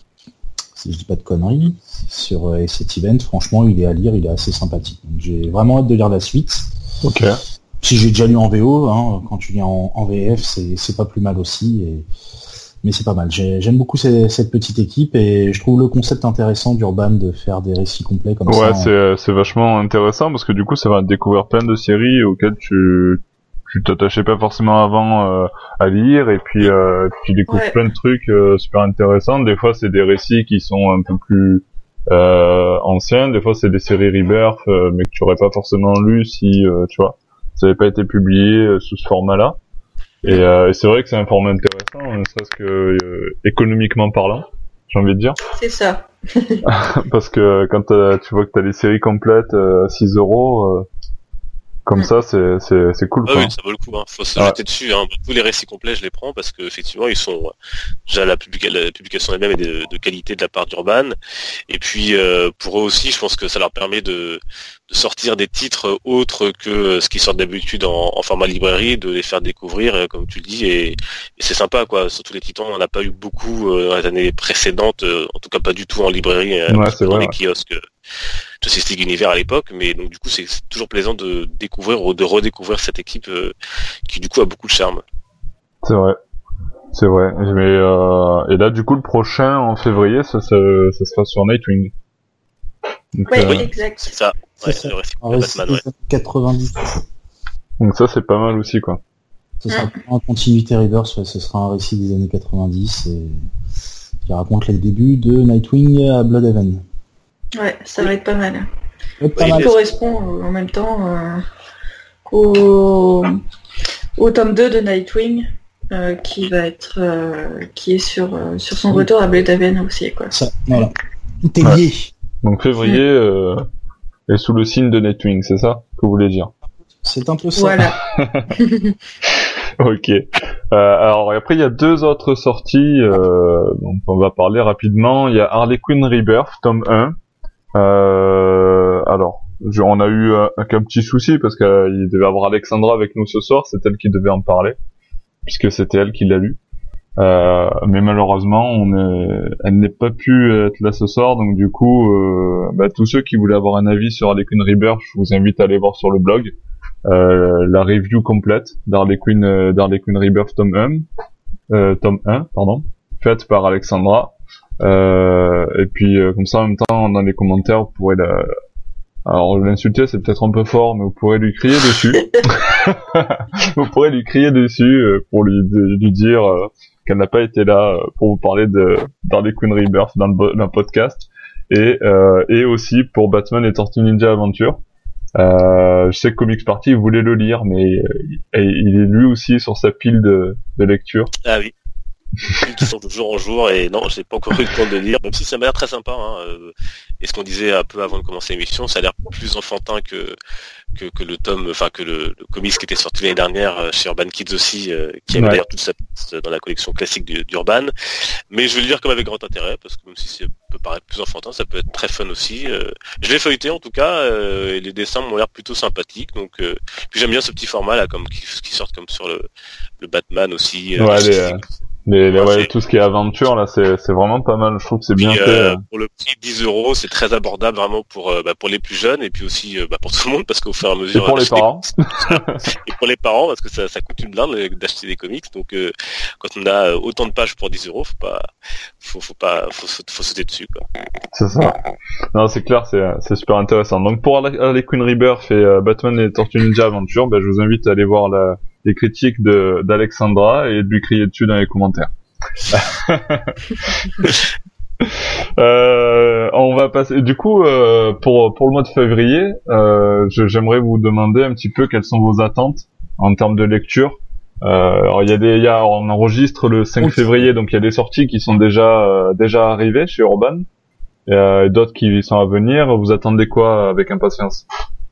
Si je dis pas de conneries, sur euh, cet event, franchement, il est à lire, il est assez sympathique. Donc, j'ai vraiment hâte de lire la suite. Ok. Si j'ai déjà lu en V O, hein, quand tu lis en, en V F, c'est, c'est pas plus mal aussi. Et... Mais c'est pas mal. J'ai, j'aime beaucoup ces, cette petite équipe et je trouve le concept intéressant d'Urban de faire des récits complets comme ouais, ça. Ouais, c'est, en... c'est vachement intéressant parce que du coup, ça va découvrir plein de séries auxquelles tu tu t'attachais pas forcément avant euh, à lire et puis euh, tu découvres ouais. plein de trucs euh, super intéressants. Des fois, c'est des récits qui sont un peu plus euh, anciens. Des fois, c'est des séries Rebirth euh, mais que tu aurais pas forcément lu si euh, tu vois, ça avait pas été publié euh, sous ce format-là. Et, euh, et c'est vrai que c'est un format intéressant, ne serait-ce que euh, économiquement parlant, j'ai envie de dire. C'est ça. Parce que quand tu vois que t'as les séries complètes à six euros, euh, comme mmh. ça, c'est, c'est, c'est cool. Ah oui, ça vaut le coup. Hein. Faut se ah. jeter dessus. Hein. Tous les récits complets, je les prends parce que effectivement, ils sont déjà la, publica- la publication elle-même est de, de qualité de la part d'Urban. Et puis euh, pour eux aussi, je pense que ça leur permet de, de sortir des titres autres que ce qui sort d'habitude en, en format librairie, de les faire découvrir, comme tu le dis. Et, et c'est sympa, quoi. Surtout les titans, on n'a pas eu beaucoup euh, dans les années précédentes, euh, en tout cas pas du tout en librairie, euh, ouais, c'est dans vrai, les kiosques. Justice League Univers à l'époque, mais donc du coup c'est, c'est toujours plaisant de découvrir ou de redécouvrir cette équipe euh, qui du coup a beaucoup de charme. C'est vrai, c'est vrai. Mais euh, et là du coup le prochain en février, ça, ça, ça sera sur Nightwing. Donc, ouais, euh... oui, exact. C'est ça. C'est ouais, ça. Le récit en récit Batman, ouais. quatre-vingt-dix. Donc ça c'est pas mal aussi quoi. Ce sera en continuité Rebirth, ouais, ce sera un récit des années quatre-vingt-dix et qui raconte les débuts de Nightwing à Bloodhaven. Ouais, ça oui. va être pas mal. Pas oui, mal. Il correspond euh, en même temps euh, au, au tome deux de Nightwing euh, qui va être euh, qui est sur euh, sur son retour à Bloodhaven aussi quoi. Ça, voilà. Tout est lié. Ouais. Donc février euh, est sous le signe de Nightwing, c'est ça que vous voulez dire? C'est un peu ça. Voilà. Ok. Euh, alors après il y a deux autres sorties euh, dont on va parler rapidement. Il y a Harley Quinn Rebirth tome un. Euh, alors, je, on a eu un, un petit souci parce qu'il euh, devait avoir Alexandra avec nous ce soir, c'est elle qui devait en parler, puisque c'était elle qui l'a lu. Euh, mais malheureusement, on est, elle n'est pas pu être là ce soir, donc du coup, euh, bah, tous ceux qui voulaient avoir un avis sur Harley Quinn Rebirth, je vous invite à aller voir sur le blog euh, la review complète d'Harley Quinn, euh, d'Harley Quinn Rebirth tome un, euh, tome un, pardon, faite par Alexandra. Euh, et puis euh, comme ça en même temps dans les commentaires vous pourrez la, Alors l'insulter c'est peut-être un peu fort, mais vous pourrez lui crier dessus. Vous pourrez lui crier dessus euh, pour lui, de, lui dire euh, qu'elle n'a pas été là euh, pour vous parler de d'Harley Quinn Rebirth dans le, bo- dans le podcast, et euh, et aussi pour Batman et Tortue Ninja Adventure. Euh, je sais que Comics Party voulait le lire, mais euh, il est lui aussi sur sa pile de, de lecture. Ah oui. Qui sort de jour en jour, et non, j'ai pas encore eu le temps de le lire, même si ça m'a l'air très sympa, hein. Et ce qu'on disait un peu avant de commencer l'émission, ça a l'air plus enfantin que que, que le tome, enfin que le, le comics qui était sorti l'année dernière chez Urban Kids aussi, euh, qui avait Ouais. d'ailleurs toute sa place dans la collection classique du- d'Urban. Mais je vais le lire comme avec grand intérêt, parce que même si ça peut paraître plus enfantin, ça peut être très fun aussi. Euh, je l'ai feuilleté en tout cas, euh, et les dessins m'ont l'air plutôt sympathiques, donc euh, puis j'aime bien ce petit format là, comme qui, qui sortent comme sur le, le Batman aussi. euh, Ouais, les- les, euh, Les, les, Ouais, ouais, c'est- tout ce qui est aventure là, c'est c'est vraiment pas mal. Je trouve que c'est bien Puis, fait. euh, euh. pour le prix de dix euros, c'est très abordable vraiment pour euh, bah, pour les plus jeunes, et puis aussi euh, bah, pour tout le monde, parce qu'au fur et à Et mesure pour les d'acheter- parents. et pour les parents, parce que ça, ça coûte une blinde euh, d'acheter des comics. Donc euh, quand on a euh, autant de pages pour dix euros, faut pas faut, faut pas faut, faut, faut sauter dessus quoi. C'est ça. Non, c'est clair, c'est c'est super intéressant. Donc pour Harley Harley Quinn Rebirth et euh, Batman et Tortue Ninja Adventure, ben je vous invite à aller voir la, les critiques de d'Alexandra et de lui crier dessus dans les commentaires. euh, on va passer. Du coup, euh, pour pour le mois de février, euh, je- j'aimerais vous demander un petit peu quelles sont vos attentes en termes de lecture. Euh, alors il y a des, il y a, on enregistre le cinq février, donc il y a des sorties qui sont déjà euh, déjà arrivées chez Urban, et euh, d'autres qui sont à venir. Vous attendez quoi avec impatience?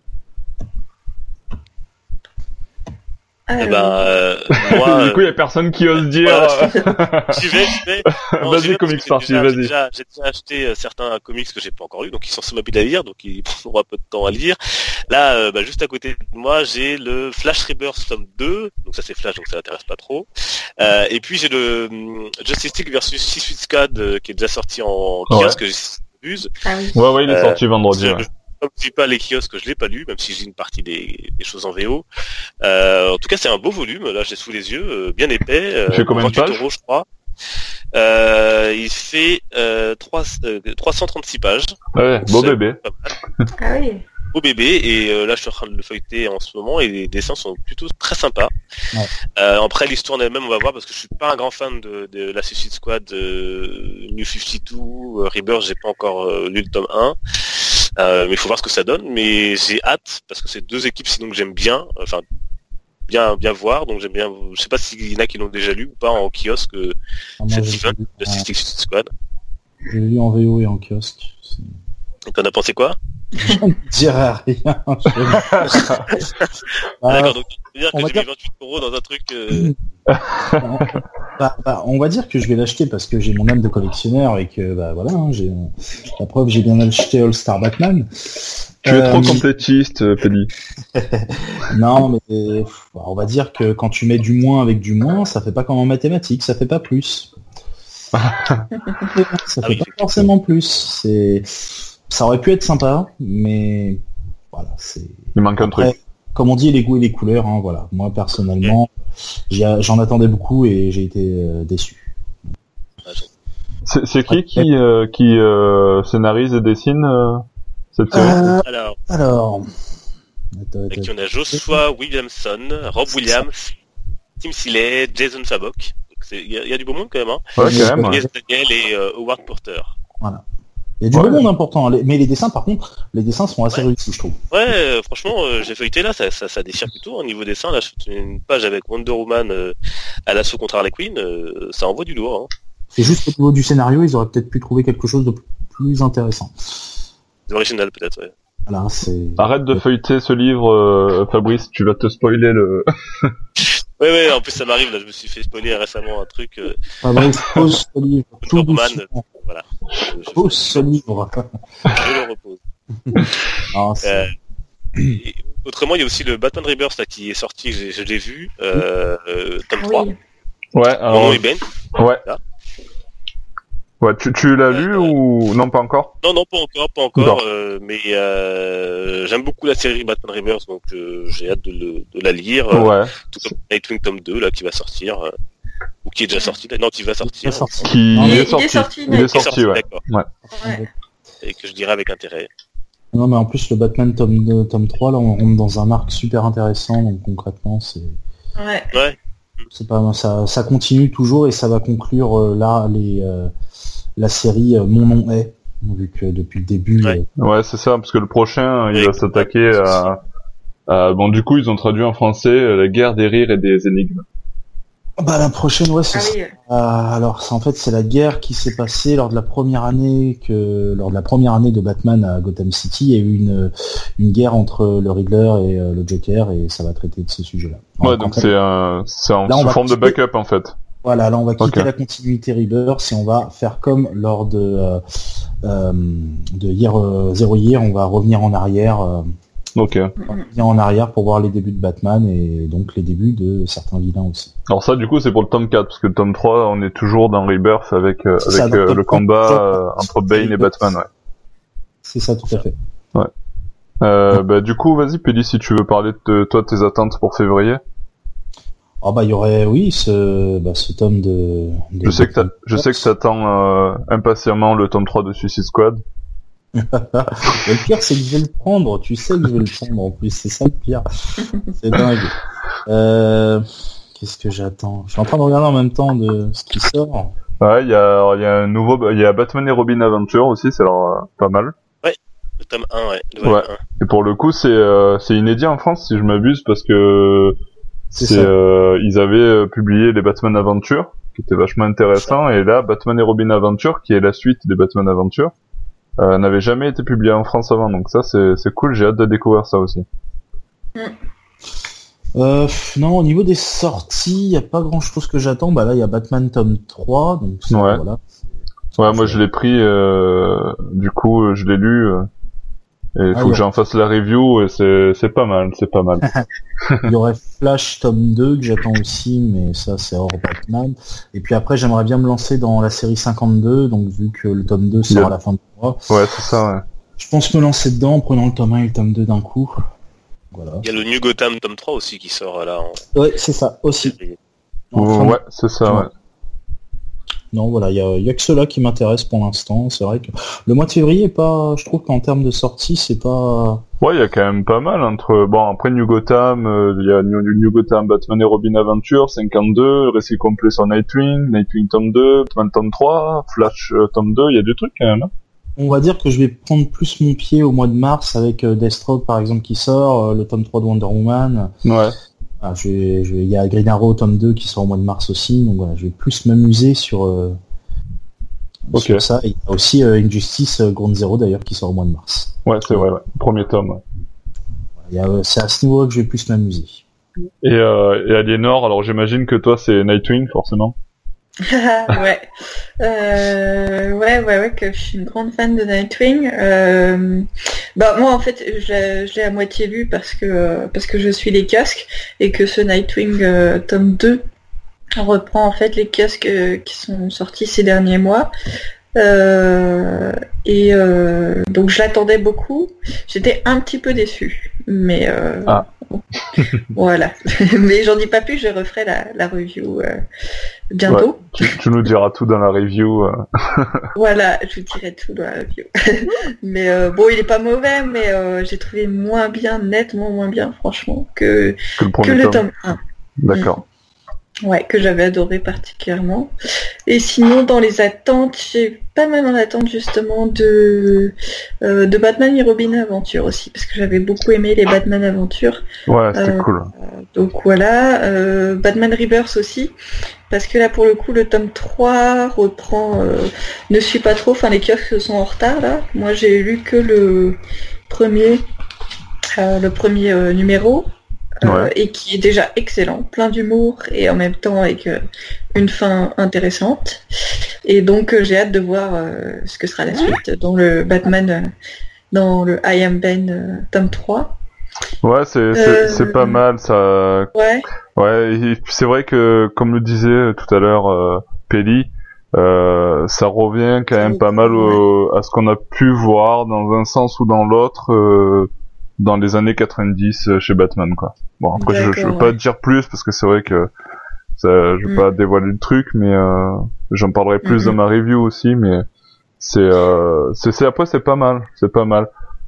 Eh Alors, ben euh, moi, Du coup, il y a personne qui ose dire. voilà, j'y vais, j'y vais. Non, Vas-y, j'y vais parce Comics que Party, j'ai déjà- vas-y. J'ai déjà, j'ai déjà acheté euh, certains comics que j'ai pas encore lus, donc ils sont sur ma pile à lire, donc ils prendront un peu de temps à lire. Là, euh, bah, juste à côté de moi, j'ai le Flash Rebirth tome deux, donc ça c'est Flash, donc ça m'intéresse pas trop. Euh, et puis j'ai le hum, Justice League versus Suicide Squad euh, qui est déjà sorti en Ouais. kiosque, que j'ai ah oui. Ouais, ouais, il est Euh, sorti vendredi. je- Ouais. Comme je dis pas les kiosques, je l'ai pas lu, même si j'ai une partie des, des choses en V O. Euh, en tout cas, c'est un beau volume. Là, j'ai sous les yeux, euh, bien épais. Euh, Il fait combien de vingt-huit pages euros, je crois. Euh, il fait euh, trois, euh, trois cent trente-six pages. Ouais, beau C'est bébé. pas mal. Ah oui. Beau bébé. Et euh, là, je suis en train de le feuilleter en ce moment, et les dessins sont plutôt très sympas. Ouais. Euh, après, l'histoire en elle-même, on va voir, parce que je suis pas un grand fan de, de la Suicide Squad, euh, New cinquante-deux, euh, Rebirth, j'ai pas encore euh, lu le tome un. Euh, mais il faut voir ce que ça donne, mais j'ai hâte parce que c'est deux équipes sinon que j'aime bien, enfin bien bien voir, donc j'aime bien. Je sais pas s'il y en a qui l'ont déjà lu ou pas en kiosque. euh, Ah, moi, Cette j'ai event lu de en- Suicide Squad. j'ai lu en V O et en kiosque. C'est- Et t'en as pensé quoi? Je ne dirais rien. Je- Ah, Ah, D'accord, donc tu veux dire on que va j'ai dire- mis vingt-huit euros dans un truc. Euh... bah, bah, on va dire que je vais l'acheter parce que j'ai mon âme de collectionneur et que bah voilà, hein, j'ai la preuve, j'ai bien acheté All Star Batman. Tu es Euh, trop complétiste, euh, Pédi. Non, mais pff, bah, on va dire que quand tu mets du moins avec du moins, ça fait pas comme en mathématiques, ça fait pas plus. ça Ah fait oui, pas forcément plus. C'est, ça aurait pu être sympa, mais voilà, c'est. Il manque un Après, truc. comme on dit, les goûts et les couleurs, hein, voilà. Moi personnellement, j'y a- j'en attendais beaucoup et j'ai été euh, déçu. C'est c'est qui qui euh, qui euh, scénarise et dessine euh, cette série? Euh, Alors, alors. Attends, avec attends. qui on a Joshua Williamson, Rob Williams, Tim Seeley, Jason Fabok. Donc, c'est- Il y, a- il y a du beau monde quand même, hein. Ouais, quand même. Ouais. Yes Daniel et euh, Howard Porter. Il y a du Ouais. beau monde important, les- mais les dessins, par contre, les dessins sont assez Ouais. réussis, je trouve. Ouais, euh, franchement, euh, j'ai feuilleté là, ça, ça, ça déchire plutôt au niveau dessin. Là, je fais une page avec Wonder Woman euh, à l'assaut contre Harley Quinn, euh, ça envoie du lourd. Hein. C'est juste au niveau du scénario, ils auraient peut-être pu trouver quelque chose de plus intéressant. C'est original peut-être. Ouais. Voilà, c'est. Arrête de feuilleter ce livre, euh, Fabrice. Tu vas te spoiler le. Ouais, ouais, en plus ça m'arrive, là, je me suis fait spoiler récemment un truc. Euh, Fabrice, pose ce livre, tout Wonder Woman, doucement. voilà. Je, je- Pose ce livre. je le repose. Ah, c'est- Euh, et autrement, il y a aussi le Batman Rebirth là, qui est sorti, je, je l'ai vu, euh, euh, tome Ah trois. oui. Ouais. Mon nom Alors, est Ben. ouais. Là. Ouais. Tu tu l'as lu Euh, ou non, pas encore? Non, non, pas encore, pas encore, D'accord. euh, mais euh, j'aime beaucoup la série Batman Rebirth, donc euh, j'ai hâte de, le, de la lire. euh, Ouais. Tout comme Nightwing tome deux là qui va sortir, euh, ou qui est déjà sorti, là. Non, qui va il sortir, est sorti. Qui Non, il il est est sorti. sorti, Il est mais- qui est sorti, ouais. d'accord, Ouais. et que je dirai avec intérêt. Non, mais en plus, le Batman tome deux, tome trois, là, on rentre dans un arc super intéressant, donc concrètement, c'est... Ouais. Ouais. C'est pas, ça, ça continue toujours et ça va conclure euh, là les, euh, la série euh, Mon nom est, vu que depuis le début. Ouais. euh, Ouais, c'est ça, parce que le prochain, il Oui, va s'attaquer à, à... Bon, du coup, ils ont traduit en français euh, la guerre des rires et des énigmes. Bah la prochaine, ouais, c'est Ah ça. oui. Euh, alors, c'est en fait, c'est la guerre qui s'est passée lors de la première année que lors de la première année de Batman à Gotham City, il y a eu une une guerre entre le Riddler et euh, le Joker et ça va traiter de ce sujet-là. Ouais, en donc fait, c'est un... c'est en là, on sous va forme de quitter- backup, en fait. Voilà, là on va quitter Ok. la continuité Rebirth et on va faire comme lors de euh, euh, de Year euh, Zero Year, on va revenir en arrière, euh, Ok. on va revenir en arrière pour voir les débuts de Batman et donc les débuts de certains vilains aussi. Alors ça, du coup, c'est pour le tome quatre, parce que le tome trois, on est toujours dans Rebirth avec, euh, C'est ça, avec donc, euh, tome le trois, combat toujours euh, entre Bane et Rebirth. Batman, ouais. C'est ça tout à fait. Euh, bah, du coup, vas-y, Péli, si tu veux parler de toi, de tes attentes pour février. Ah bah il y aurait oui ce bah, ce tome de, de Je sais que t'as, je sais que t'attends euh, impatiemment le tome trois de Suicide Squad. Mais le pire c'est que je vais le prendre, tu sais que je vais le prendre en plus, c'est ça le pire. C'est dingue. Euh, qu'est-ce que j'attends? Je suis en train de regarder en même temps de ce qui sort. Ouais, il y a, il y a un nouveau, il y a Batman et Robin Adventure aussi, c'est alors euh, pas mal. Le tome un, ouais. Le volume Ouais. un. Et pour le coup, c'est, euh, c'est inédit en France, si je m'abuse, parce que C'est c'est, ça. euh, ils avaient euh, publié les Batman Adventure, qui était vachement intéressant, et là, Batman et Robin Adventure, qui est la suite des Batman Adventure, euh, n'avait jamais été publié en France avant, donc ça, c'est, c'est cool, j'ai hâte de découvrir ça aussi. Euh, pff, non, au niveau des sorties, il n'y a pas grand chose que j'attends. Bah là, il y a Batman tome trois, donc ça, Ouais. voilà. Ouais, moi je l'ai pris, euh, du coup, euh, je l'ai lu, euh, et il Ah, faut il y que j'en fasse la review, et c'est, c'est pas mal, c'est pas mal. Il y aurait Flash tome deux que j'attends aussi, mais ça c'est hors Batman. Et puis après, j'aimerais bien me lancer dans la série cinquante-deux, donc vu que le tome deux sort Yeah. à la fin du mois, Ouais, c'est ça, ouais. je pense me lancer dedans en prenant le tome un et le tome deux d'un coup. Voilà. Il y a le New Gotham tome trois aussi qui sort là en Ouais, c'est ça, aussi. février. En fin de- Ouais, c'est ça, ouais. Non, voilà, il y a, il y a que cela qui m'intéresse pour l'instant. C'est vrai que le mois de février est pas, je trouve qu'en termes de sortie, c'est pas... Ouais, il y a quand même pas mal entre, bon, après New Gotham, euh, il y a New, New Gotham, Batman et Robin Adventure, cinquante-deux, récit complet sur Nightwing, Nightwing tome deux, Batman tome trois, Flash euh, tome deux, il y a du truc quand même, hein. On va dire que je vais prendre plus mon pied au mois de mars avec euh, Deathstroke par exemple qui sort, euh, le tome trois de Wonder Woman. Ouais. Ah, je vais, je vais- il y a Green Arrow tome deux qui sort au mois de mars aussi, donc voilà, je vais plus m'amuser sur, euh, Ok. sur ça. Et il y a aussi euh, Injustice euh, Ground Zero d'ailleurs qui sort au mois de mars. Ouais, c'est vrai, ouais. Premier tome, ouais. Il y a, euh, c'est à ce niveau que je vais plus m'amuser. Et, euh, et Aliénor, alors j'imagine que toi c'est Nightwing, forcément. ouais. Euh, ouais, ouais, ouais, que je suis une grande fan de Nightwing. Euh, bah moi en fait, je l'ai, je l'ai à moitié lu parce que parce que je suis les casques et que ce Nightwing euh, tome deux reprend en fait les casques euh, qui sont sortis ces derniers mois. Euh, et euh, donc je l'attendais beaucoup. J'étais un petit peu déçue, mais euh, Ah. voilà. Mais j'en dis pas plus. Je referai la, la review euh, bientôt. Tu, tu nous diras tout dans la review. Euh. Voilà, je vous dirai tout dans la review. mais euh, bon, il est pas mauvais, mais euh, j'ai trouvé moins bien, nettement moins bien, franchement, que Que le premier que le tome. tome un. D'accord. Ouais, que j'avais adoré particulièrement. Et sinon, dans les attentes, j'ai pas mal en attente justement de euh, de Batman et Robin Aventure aussi, parce que j'avais beaucoup aimé les Batman Aventure. Ouais, c'était Euh, cool. Donc voilà, euh, Batman Rebirth aussi, parce que là pour le coup le tome trois reprend, euh, ne suit pas trop, enfin les kiosques sont en retard là. Moi j'ai lu que le premier, euh, le premier euh, numéro. Euh, Ouais. et qui est déjà excellent, plein d'humour et en même temps avec euh, une fin intéressante. Et donc euh, j'ai hâte de voir euh, ce que sera la suite dans le Batman, euh, dans le I Am Ben euh, tome trois. Ouais, c'est, c'est, Euh, c'est pas mal, ça. Ouais, Ouais, et puis c'est vrai que, comme le disait tout à l'heure euh, Pelli, euh, ça revient quand Ça même revient, pas mal au- à ce qu'on a pu voir dans un sens ou dans l'autre euh, dans les années quatre-vingt-dix euh, chez Batman, quoi. Bon, après, je, je veux D'accord, pas ouais. te dire plus parce que c'est vrai que ça, je veux Mm. pas dévoiler le truc, mais euh, j'en parlerai plus Mhm. dans ma review aussi, mais c'est, euh, c'est, c'est après c'est pas mal, c'est pas mal.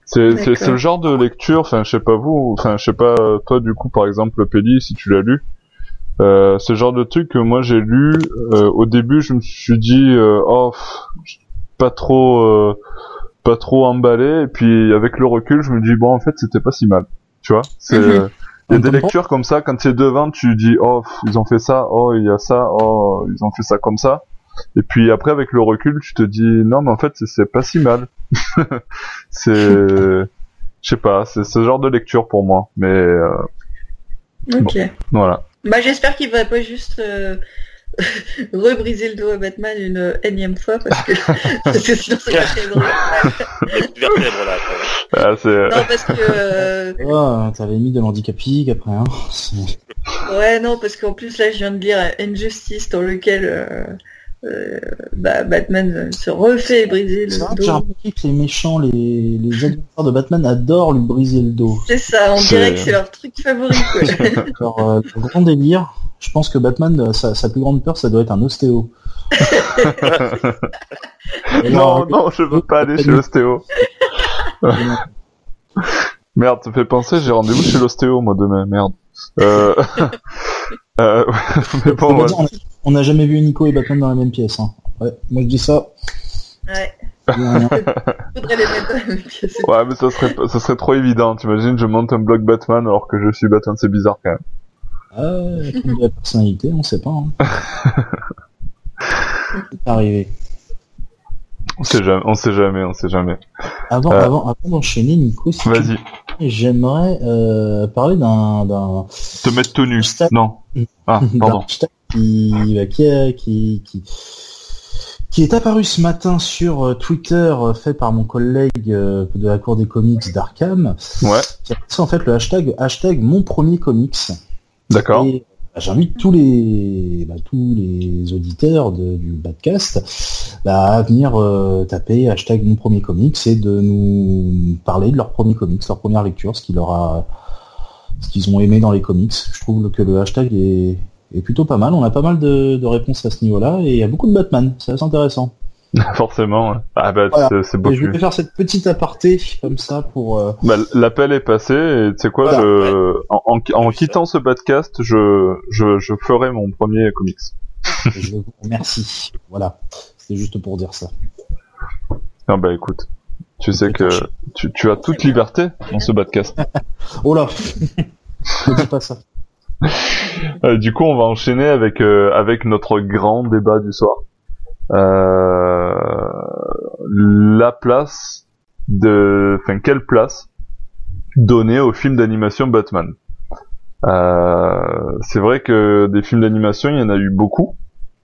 C'est, c'est, D'accord. c'est le genre de lecture, enfin je sais pas vous, enfin je sais pas toi du coup par exemple Pédi si tu l'as lu, euh, ce genre de truc que moi j'ai lu, euh, au début je me suis dit euh, oh pff, pas trop euh, pas trop emballé et puis avec le recul je me dis bon en fait c'était pas si mal, tu vois, c'est Mhm. il y a des lectures comme ça quand c'est devant tu dis oh pff, ils ont fait ça, oh il y a ça, oh ils ont fait ça comme ça. Et puis après, avec le recul, tu te dis non, mais en fait, c'est, c'est pas si mal. c'est, je sais pas, c'est ce genre de lecture pour moi. Mais euh, Ok. bon, voilà. Bah j'espère qu'il va pas juste euh, rebriser le dos à Batman une énième fois parce que parce que sinon c'est pas très drôle. Il y a plus de vertèbres là. Quoi. Ah, c'est... Non parce que euh, Ouais, t'avais mis de l'handicapique après, hein. C'est- ouais non parce qu'en plus là je viens de lire Injustice dans lequel euh, euh, bah, Batman se refait briser C'est vrai le que j'ai dos. remarqué que les méchants, les, les adversaires de Batman adorent lui briser le dos. C'est ça, on C'est- dirait que c'est leur truc favori quoi. Alors, euh, le grand délire, je pense que Batman, euh, sa, sa plus grande peur, ça doit être un ostéo. Et non, alors, non, je veux pas aller chez l'ostéo. Merde, ça fait penser, j'ai rendez-vous chez l'ostéo, moi, demain, merde. Euh... euh... mais faut bon, pas ouais. dire, on a- on n'a jamais vu Nico et Batman dans la même pièce. Hein. Ouais, moi je dis ça. Ouais, Il y a rien. faudrait les mettre dans la même pièce. Ouais, mais ça serait, ça serait trop évident. T'imagines, je monte un blog Batman alors que je suis Batman, c'est bizarre quand même. Ah, ouais, comme de la personnalité, on sait pas. Hein. C'est arrivé. On sait jamais, on sait jamais, on sait jamais. Avant, Euh. avant, avant d'enchaîner, Nico, si tu Vas-y, veux, j'aimerais euh, parler d'un d'un te mettre tout nu. Hashtag- Non. Ah, d'un pardon. hashtag qui, bah, qui, a- qui, qui, qui est apparu ce matin sur euh, Twitter, euh, fait par mon collègue euh, de la cour des comics d'Arkham. Ouais, Qui a lancé en fait le hashtag hashtag mon premier comics. d'accord. Et bah, j'invite tous les bah, tous les auditeurs de- du podcast bah, à venir euh, taper hashtag mon premier comics et de nous parler de leur premier comics, leur première lecture, ce qu'ils leur a, ce qu'ils ont aimé dans les comics. Je trouve que le hashtag est, est plutôt pas mal. On a pas mal de, de réponses à ce niveau-là et il y a beaucoup de Batman. C'est assez intéressant. Forcément. Ouais. Ah bah, Voilà. c'est, c'est Et beaucoup. je voulais faire cette petite aparté comme ça pour. Euh, Bah, l'appel est passé et tu sais quoi, Voilà. je, en, en, en quittant ce podcast, je, je, je ferai mon premier comics. je vous remercie. Voilà. C'était juste pour dire ça. Ah bah écoute, tu sais que tu, tu as toute liberté dans ce podcast. Oh là. Ne dis pas ça. Euh, du coup, on va enchaîner avec euh, avec notre grand débat du soir. Euh, la place de, enfin quelle place donner au film d'animation Batman. Euh, c'est vrai que des films d'animation, il y en a eu beaucoup.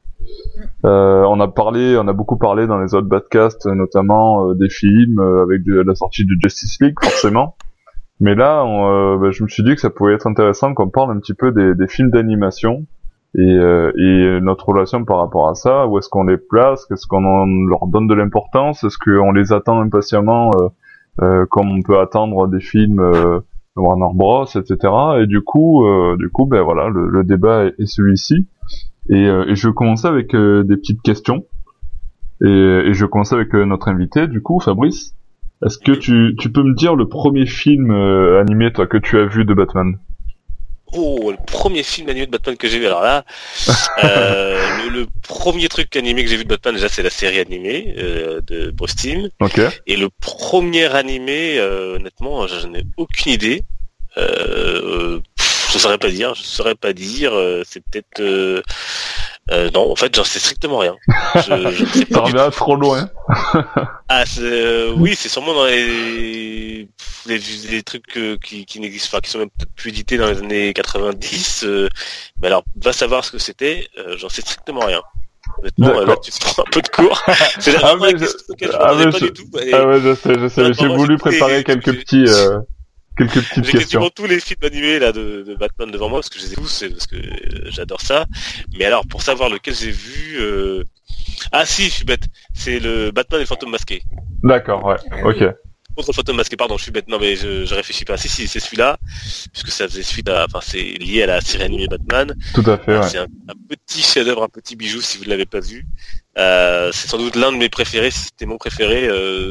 Euh, on a parlé, on a beaucoup parlé dans les autres podcasts, notamment euh, des films euh, avec de, la sortie de Justice League, forcément. Mais là, on, euh, bah, je me suis dit que ça pouvait être intéressant qu'on parle un petit peu des, des films d'animation et, euh, et notre relation par rapport à ça. Où est-ce qu'on les place? Est-ce qu'on en leur donne de l'importance? Est-ce qu'on les attend impatiemment, euh, euh, comme on peut attendre des films euh, Warner Bros, et cetera. Et du coup, euh, du coup, ben voilà, le, le débat est, est celui-ci. Et, euh, et je vais commencer avec euh, des petites questions. Et, et je vais commencer avec euh, notre invité, du coup, Fabrice. Est-ce que tu, tu peux me dire le premier film euh, animé, toi, que tu as vu de Batman? Oh, le premier film animé de Batman que j'ai vu, alors là, euh, le, le premier truc animé que j'ai vu de Batman, déjà, c'est la série animée euh, de Bruce Timm. Ok. Et le premier animé, euh, honnêtement, j'en ai aucune idée. Euh, pff, je saurais pas dire, je saurais pas dire. euh, c'est peut-être... Euh, euh, non, en fait, j'en sais strictement rien. Je, je ne sais Ça pas du revient trop loin. Ah, c'est, euh, oui, c'est sûrement dans les, les, les trucs euh, qui, qui n'existent pas, qui sont même peut-être plus édités dans les années quatre-vingt-dix. Euh, mais alors, va savoir ce que c'était, euh, j'en sais strictement rien. Honnêtement, D'accord. là, tu te prends un peu de cours. C'est la Ah, première mais je- question auquel je ah, m'attendais mais pas je- du tout. Et Ah ouais, je sais, je sais. Ouais, J'ai moi, voulu j'ai- préparer j'ai- quelques j'ai- petits, euh, quelques petites j'ai questions. quasiment tous les films animés là de, de Batman devant moi parce que je les ai tous, parce que euh, j'adore ça. Mais alors, pour savoir lequel j'ai vu, euh... ah si, je suis bête. C'est le Batman et le fantôme masqué. D'accord, ouais. Ok. Contre le fantôme masqué, pardon, je suis bête. Non mais je, je réfléchis pas. Si si, c'est celui-là, puisque ça faisait suite à, enfin c'est lié à la série animée Batman. Tout à fait, ouais. C'est un, un petit chef-d'œuvre, un petit bijou si vous ne l'avez pas vu. Euh, c'est sans doute l'un de mes préférés, si c'était mon préféré euh,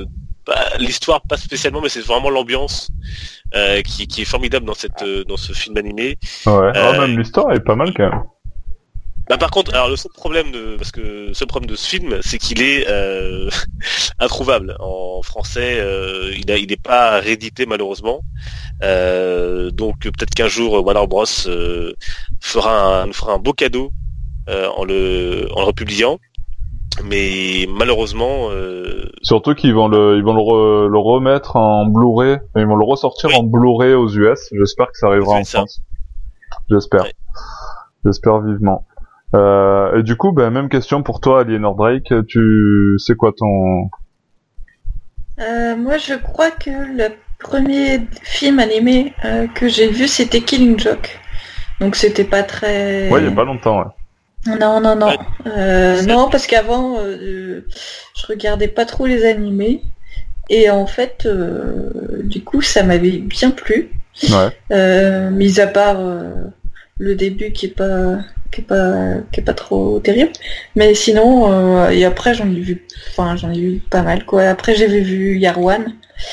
pas l'histoire, pas spécialement, mais c'est vraiment l'ambiance euh, qui, qui est formidable dans cette euh, dans ce film animé. Ouais. Euh, Oh, même l'histoire est pas mal quand même. Bah par contre, alors le seul problème de parce que le seul problème de ce film, c'est qu'il est euh, introuvable en français. Euh, il a, il est pas réédité malheureusement. Euh, donc peut-être qu'un jour Warner Bros euh, fera un nous fera un beau cadeau euh, en le en le republiant. Mais malheureusement, euh... surtout qu'ils vont le, ils vont le, re, le remettre en Blu-ray, ils vont le ressortir oui. en Blu-ray aux U S. J'espère que ça arrivera en ça. France. J'espère, ouais. J'espère vivement. Euh, et du coup, ben même question pour toi, Aliénor Drake. Tu sais quoi ton euh, Moi, je crois que le premier film animé euh, que j'ai vu, c'était Killing Joke. Donc c'était pas très. Ouais, il y a pas longtemps, ouais. Non, non, non. Euh, non, parce qu'avant, euh, je regardais pas trop les animés. Et en fait, euh, du coup, ça m'avait bien plu. Ouais. Euh, mis à part euh, le début qui est pas, qui est pas, qui est pas trop terrible. Mais sinon, euh, et après, j'en ai vu, enfin, j'en ai vu pas mal, quoi. Après, j'avais vu Yarwan.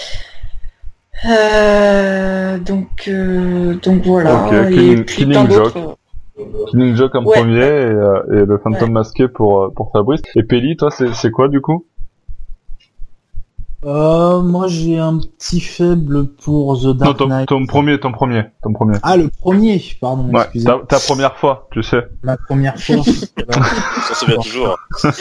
Euh, donc, euh, donc voilà. Okay, et Killing, puis Killing plein Joke. d'autres. Killing Joke en ouais. premier et, euh, et le fantôme ouais. masqué pour pour Fabrice. Et Pelli, toi, c'est c'est quoi du coup? Euh, moi j'ai un petit faible pour The Dark non, ton, Knight. ton premier, ton premier, ton premier. Ah le premier, pardon. Ouais, ta, ta première fois, tu sais. Ma première fois. Ça se souvient toujours.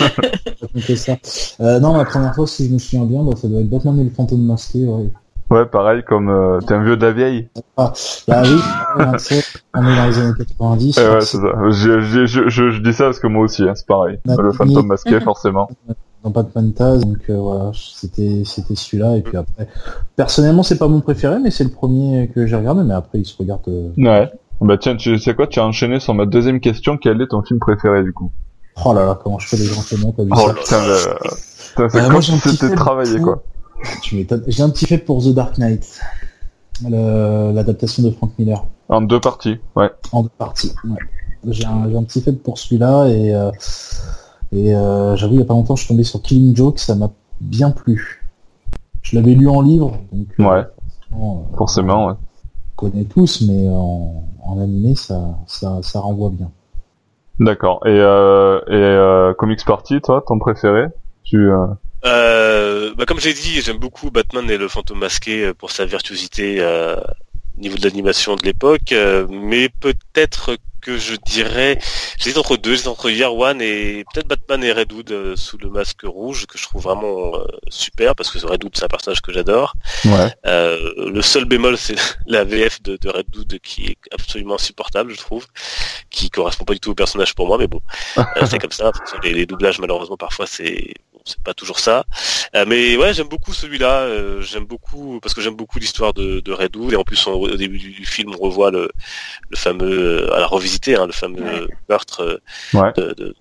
ça. Euh, non, ma première fois, si je me souviens bien, bah, ça doit être Batman et le fantôme masqué, ouais. Ouais, pareil, comme euh, t'es un vieux de la vieille. Ah, bah oui, vingt-sept, on est dans les années quatre-vingt-dix. Ouais, ouais c'est ça. Je, je, je, je, je dis ça parce que moi aussi, hein, c'est pareil. Bah, le fantôme masqué, forcément. Dans pas de Fantas, donc euh, voilà, c'était c'était celui-là. Et puis après, personnellement, c'est pas mon préféré, mais c'est le premier que j'ai regardé. Mais après, il se regarde. Euh... Ouais. Bah tiens, tu sais quoi, tu as enchaîné sur ma deuxième question. Quel est ton film préféré du coup? Oh là là, comment je fais des enchaînements, t'as vu oh, ça putain, le... putain, c'est euh, comme si c'était travaillé, quoi. Tu m'étonnes. J'ai un petit fait pour The Dark Knight, le... l'adaptation de Frank Miller. En deux parties, ouais. En deux parties, ouais. J'ai un, j'ai un petit fait pour celui-là et euh, et euh, j'avoue il y a pas longtemps je suis tombé sur Killing Joke, ça m'a bien plu. Je l'avais lu en livre, donc ouais. Euh, forcément, euh, forcément, ouais. On connaît tous, mais en, en animé ça ça ça renvoie bien. D'accord. Et euh, et euh, Comics Party, toi, ton préféré? Tu euh... Euh, bah comme j'ai dit, j'aime beaucoup Batman et le fantôme masqué pour sa virtuosité euh, au niveau de l'animation de l'époque, euh, mais peut-être que je dirais, j'hésite entre deux, j'hésite entre Year One et peut-être Batman et Red Hood euh, sous le masque rouge, que je trouve vraiment euh, super, parce que Red Hood c'est un personnage que j'adore. Ouais. Euh, le seul bémol c'est la V F de, de Red Hood qui est absolument insupportable, je trouve, qui correspond pas du tout au personnage pour moi, mais bon, euh, c'est comme ça, les, les doublages malheureusement parfois c'est c'est pas toujours ça, euh, mais ouais j'aime beaucoup celui-là, euh, j'aime beaucoup parce que j'aime beaucoup l'histoire de, de Red Hood et en plus on, au début du, du film on revoit le, le fameux à la revisiter hein, le fameux ouais. meurtre ouais. de, de,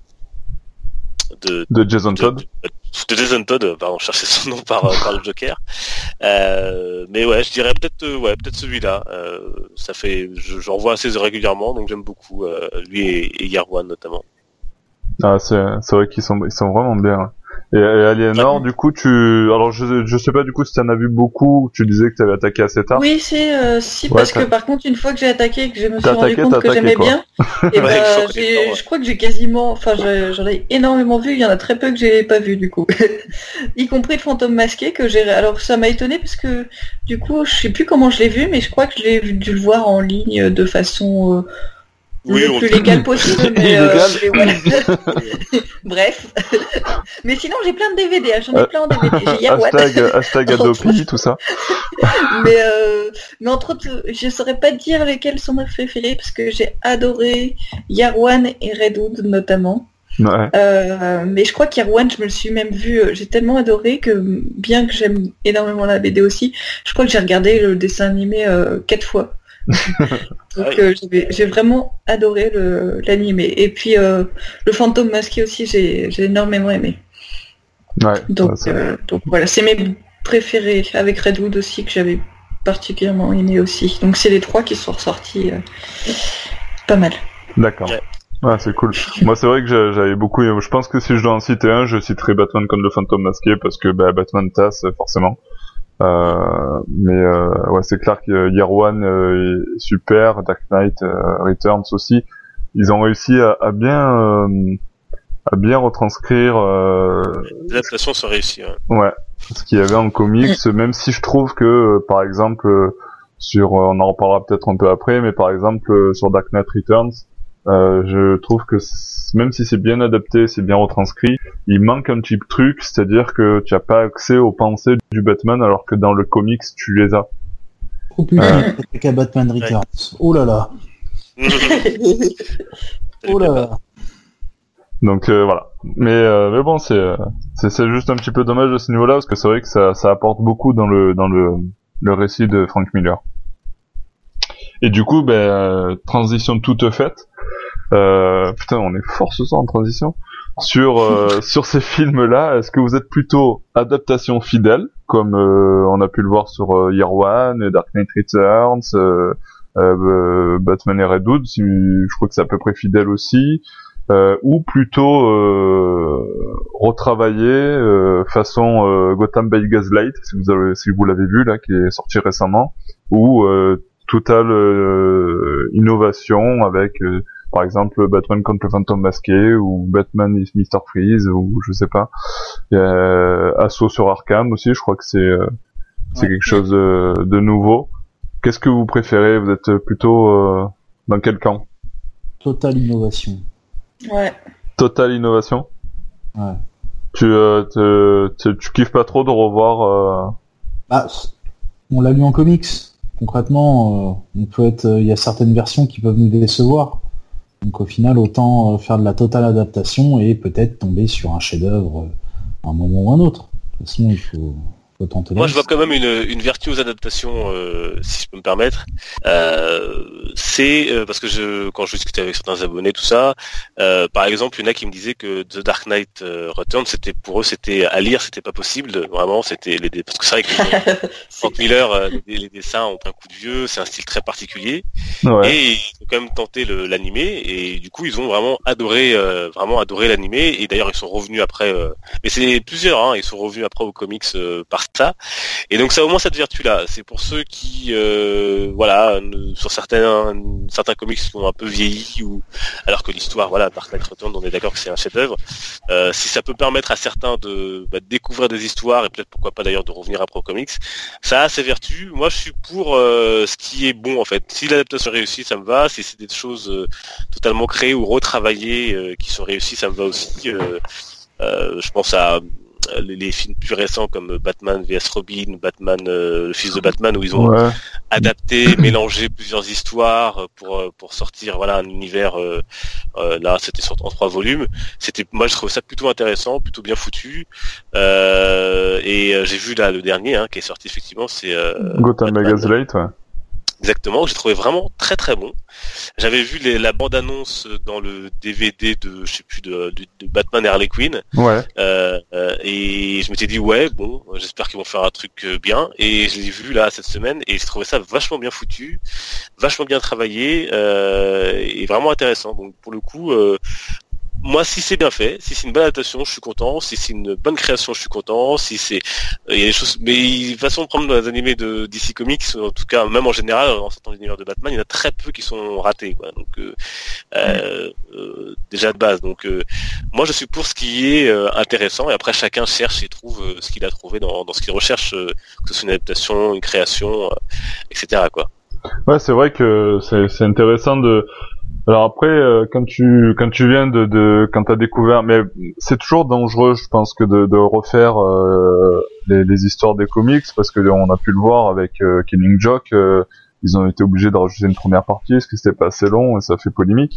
de de Jason Todd de, de Jason Todd pardon je cherchais son nom par par le Joker, euh, mais ouais je dirais peut-être euh, ouais peut-être celui-là, euh, ça fait je, j'en vois assez régulièrement donc j'aime beaucoup euh, lui et, et Year One notamment. Ah c'est c'est vrai qu'ils sont ils sont vraiment bien. Et, et Aliénor, ouais. du coup, tu, alors je je sais pas du coup si t'en as vu beaucoup. Tu disais que t'avais attaqué assez tard. Oui, c'est euh, si ouais, parce t'as... que par contre une fois que j'ai attaqué et que je me suis t'as rendu attaqué, compte que j'aimais quoi. bien, et bah, j'ai, ouais. je crois que j'ai quasiment, enfin j'en ai énormément vu. Il y en a très peu que j'ai pas vu du coup, y compris le fantôme masqué que j'ai. Alors ça m'a étonné parce que du coup je sais plus comment je l'ai vu, mais je crois que je l'ai dû le voir en ligne de façon. Euh, Oui, le plus légal possible, mais, euh, mais voilà. Bref. Mais sinon, j'ai plein de D V D, j'en ai plein en D V D. J'ai hashtag, hashtag Adopi, tout ça. mais, euh, mais entre autres, je saurais pas dire lesquels sont mes préférés, parce que j'ai adoré Year One et Red Hood, notamment. Ouais. Euh, mais je crois qu'Year One, je me le suis même vu, j'ai tellement adoré que, bien que j'aime énormément la B D aussi, je crois que j'ai regardé le dessin animé euh, quatre fois. Donc euh, j'ai, j'ai vraiment adoré le, l'animé et puis euh, le fantôme masqué aussi j'ai, j'ai énormément aimé. Ouais, donc, ouais, euh, donc voilà, c'est mes préférés avec Red Hood aussi que j'avais particulièrement aimé aussi. Donc c'est les trois qui sont ressortis euh, pas mal. D'accord. Ouais. Ouais, c'est cool. Moi, c'est vrai que j'avais beaucoup. Je pense que si je dois en citer un, je citerai Batman contre le Fantôme Masqué parce que bah, Batman tasse forcément. Euh, mais euh, ouais, c'est clair que Year One euh, est super, Dark Knight euh, Returns aussi. Ils ont réussi à, à bien euh, à bien retranscrire. Euh, Les adaptations sont réussies. Ouais. Ouais, ce qu'il y avait en comics, même si je trouve que euh, par exemple euh, sur, euh, on en reparlera peut-être un peu après, mais par exemple euh, sur Dark Knight Returns. Euh, je trouve que même si c'est bien adapté, c'est bien retranscrit, il manque un petit truc, c'est-à-dire que tu n'as pas accès aux pensées du Batman alors que dans le comics tu les as. Oh putain, euh... qu'à Batman Returns. Ouais. Oh là là. Oh là là. Donc euh, voilà. Mais euh, mais bon, c'est, c'est c'est juste un petit peu dommage à ce niveau-là parce que c'est vrai que ça ça apporte beaucoup dans le dans le le récit de Frank Miller. Et du coup, ben euh, transition toute faite. Euh, putain, on est fort ce soir en transition. Sur euh, sur ces films-là, est-ce que vous êtes plutôt adaptation fidèle, comme euh, on a pu le voir sur euh, Year One, Dark Knight Returns, euh, euh, Batman et Red Hood, si, je crois que c'est à peu près fidèle aussi, euh, ou plutôt euh, retravaillé euh, façon euh, Gotham by Gaslight, si vous avez, si vous l'avez vu là, qui est sorti récemment, ou euh, totale euh, innovation avec euh, par exemple Batman contre le Fantôme Masqué ou Batman is mister Freeze ou je sais pas. Euh, Assaut sur Arkham aussi, je crois que c'est euh, c'est ouais. quelque chose de, de nouveau. Qu'est-ce que vous préférez? Vous êtes plutôt euh, dans quel camp? Totale innovation. Ouais. Totale innovation. Ouais. Tu euh, te, te, tu kiffes pas trop de revoir euh... Bah, on l'a lu en comics. Concrètement, euh, on peut être, il y a certaines versions qui peuvent nous décevoir. Donc au final, autant faire de la totale adaptation et peut-être tomber sur un chef-d'œuvre à un moment ou un autre. De toute façon, il faut, faut tenter. Moi, je vois quand même une, une vertu aux adaptations, euh, si je peux me permettre. Euh, c'est euh, parce que je, quand je discutais avec certains abonnés, tout ça, euh, par exemple, il y en a qui me disaient que The Dark Knight euh, Returns, c'était pour eux, c'était à lire, c'était pas possible. Vraiment, c'était les parce que c'est vrai que Frank Miller, euh, les, les dessins ont un coup de vieux, c'est un style très particulier, ouais. Et ils ont quand même tenté le, l'animé, et du coup, ils ont vraiment adoré, euh, vraiment adoré l'animé. Et d'ailleurs, ils sont revenus après. Euh, mais c'est plusieurs, hein, ils sont revenus après aux comics euh, par ça. Et donc, ça a au moins cette vertu-là. C'est pour ceux qui, euh, voilà, sur certains certains comics qui ont un peu vieilli, ou alors que l'histoire, voilà, Dark Knight Returns, on est d'accord que c'est un chef-d'œuvre. Euh, si ça peut permettre à certains de, bah, de découvrir des histoires et peut-être pourquoi pas d'ailleurs de revenir après aux comics, ça a ses vertus. Moi, je suis pour euh, ce qui est bon en fait. Si l'adaptation réussit, ça me va. Si c'est des choses euh, totalement créées ou retravaillées euh, qui sont réussies, ça me va aussi. Euh, euh, je pense à Les, les films plus récents comme Batman V S Robin, Batman, euh, le fils de Batman, où ils ont ouais. adapté, mélangé plusieurs histoires pour pour sortir voilà un univers. Euh, euh, là, c'était sorti en trois volumes. C'était, moi, je trouve ça plutôt intéressant, plutôt bien foutu. Euh, et euh, j'ai vu là le dernier hein, qui est sorti effectivement, c'est euh, Gotham by Gaslight. Ouais. Exactement, j'ai trouvé vraiment très très bon. J'avais vu les, la bande-annonce dans le D V D de, je sais plus, de, de, de Batman et Harley Quinn. Ouais. Euh, euh, et je m'étais dit ouais, bon, j'espère qu'ils vont faire un truc bien. Et je l'ai vu là cette semaine et j'ai trouvé ça vachement bien foutu, vachement bien travaillé euh, et vraiment intéressant. Donc pour le coup. Euh, Moi, si c'est bien fait, si c'est une bonne adaptation, je suis content. Si c'est une bonne création, je suis content. Si c'est, il y a des choses, mais de toute façon, prendre les animés de D C Comics, en tout cas, même en général, en sortant de l'univers de Batman, il y en a très peu qui sont ratés, quoi. Donc, euh, euh, euh, déjà de base. Donc, euh, moi, je suis pour ce qui est euh, intéressant. Et après, chacun cherche et trouve euh, ce qu'il a trouvé dans, dans ce qu'il recherche, euh, que ce soit une adaptation, une création, euh, et cetera, quoi. Ouais, c'est vrai que c'est, c'est intéressant de. Alors après, euh, quand tu quand tu viens de, de quand t'as découvert, mais c'est toujours dangereux, je pense, que de, de refaire euh, les, les histoires des comics, parce que on a pu le voir avec euh, Killing Joke, euh, ils ont été obligés de rajouter une première partie parce que c'était pas assez long et ça fait polémique.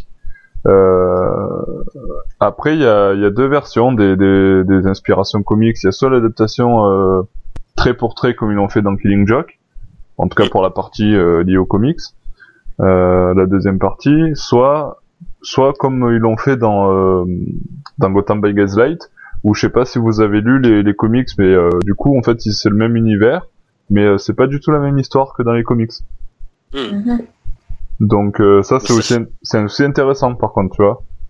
Euh, après, il y a il y a deux versions des des, des inspirations comics. Il y a soit l'adaptation euh, trait pour trait comme ils l'ont fait dans Killing Joke, en tout cas pour la partie euh, liée aux comics. Euh, la deuxième partie, soit soit comme ils l'ont fait dans euh, dans Gotham by Gaslight, où je sais pas si vous avez lu les, les comics, mais euh, du coup en fait c'est le même univers, mais euh, c'est pas du tout la même histoire que dans les comics. Mmh. Donc euh, ça c'est aussi c'est aussi intéressant par contre, tu vois.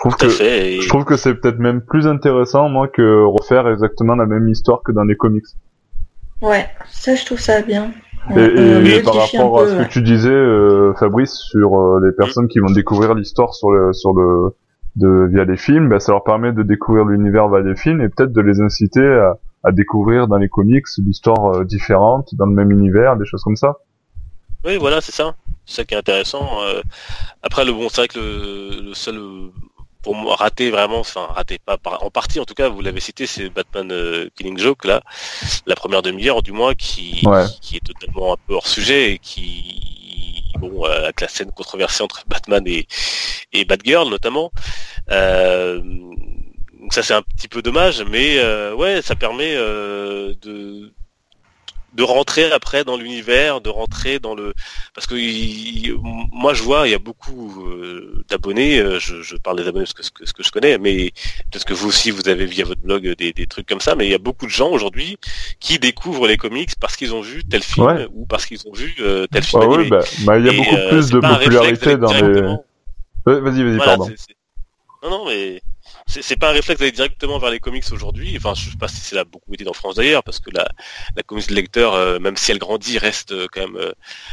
trouve Tout à que fait. Et... je trouve que c'est peut-être même plus intéressant moi que refaire exactement la même histoire que dans les comics. Ouais, ça je trouve ça bien. Et, Euh, et modifier par rapport un à peu, ce ouais. que tu disais, euh, Fabrice, sur euh, les personnes qui vont découvrir l'histoire sur le sur le de via les films, bah, ça leur permet de découvrir l'univers via les films et peut-être de les inciter à, à découvrir dans les comics l'histoire euh, différente dans le même univers, des choses comme ça. Oui, voilà, c'est ça. C'est ça qui est intéressant. Euh, après, le bon, c'est vrai que le, le seul euh, pour moi raté vraiment, enfin raté pas par, en partie en tout cas, vous l'avez cité, c'est Batman euh, Killing Joke là, la première demi-heure du moins qui, Ouais. qui qui est totalement un peu hors sujet et qui bon euh, avec la scène controversée entre Batman et et Batgirl notamment. Euh, donc ça c'est un petit peu dommage, mais euh, ouais, ça permet euh, de de rentrer après dans l'univers, de rentrer dans le... Parce que il... moi je vois, il y a beaucoup euh, d'abonnés, euh, je, je parle des abonnés parce que ce que, ce que je connais, mais peut-être que vous aussi vous avez via votre blog des, des trucs comme ça, mais il y a beaucoup de gens aujourd'hui qui découvrent les comics parce qu'ils ont vu tel film Ouais. ou parce qu'ils ont vu euh, tel film Ah animé. oui, bah, bah il y a Et, beaucoup euh, plus c'est de pas un réflexe popularité d'aller dans les. directement- Ouais, vas-y, vas-y, Voilà, pardon. c'est- c'est- Non, non, mais c'est c'est pas un réflexe d'aller directement vers les comics aujourd'hui. Enfin, je sais pas si c'est là beaucoup été en France d'ailleurs, parce que la, la communauté de lecteurs, euh, même si elle grandit, reste euh, quand même euh,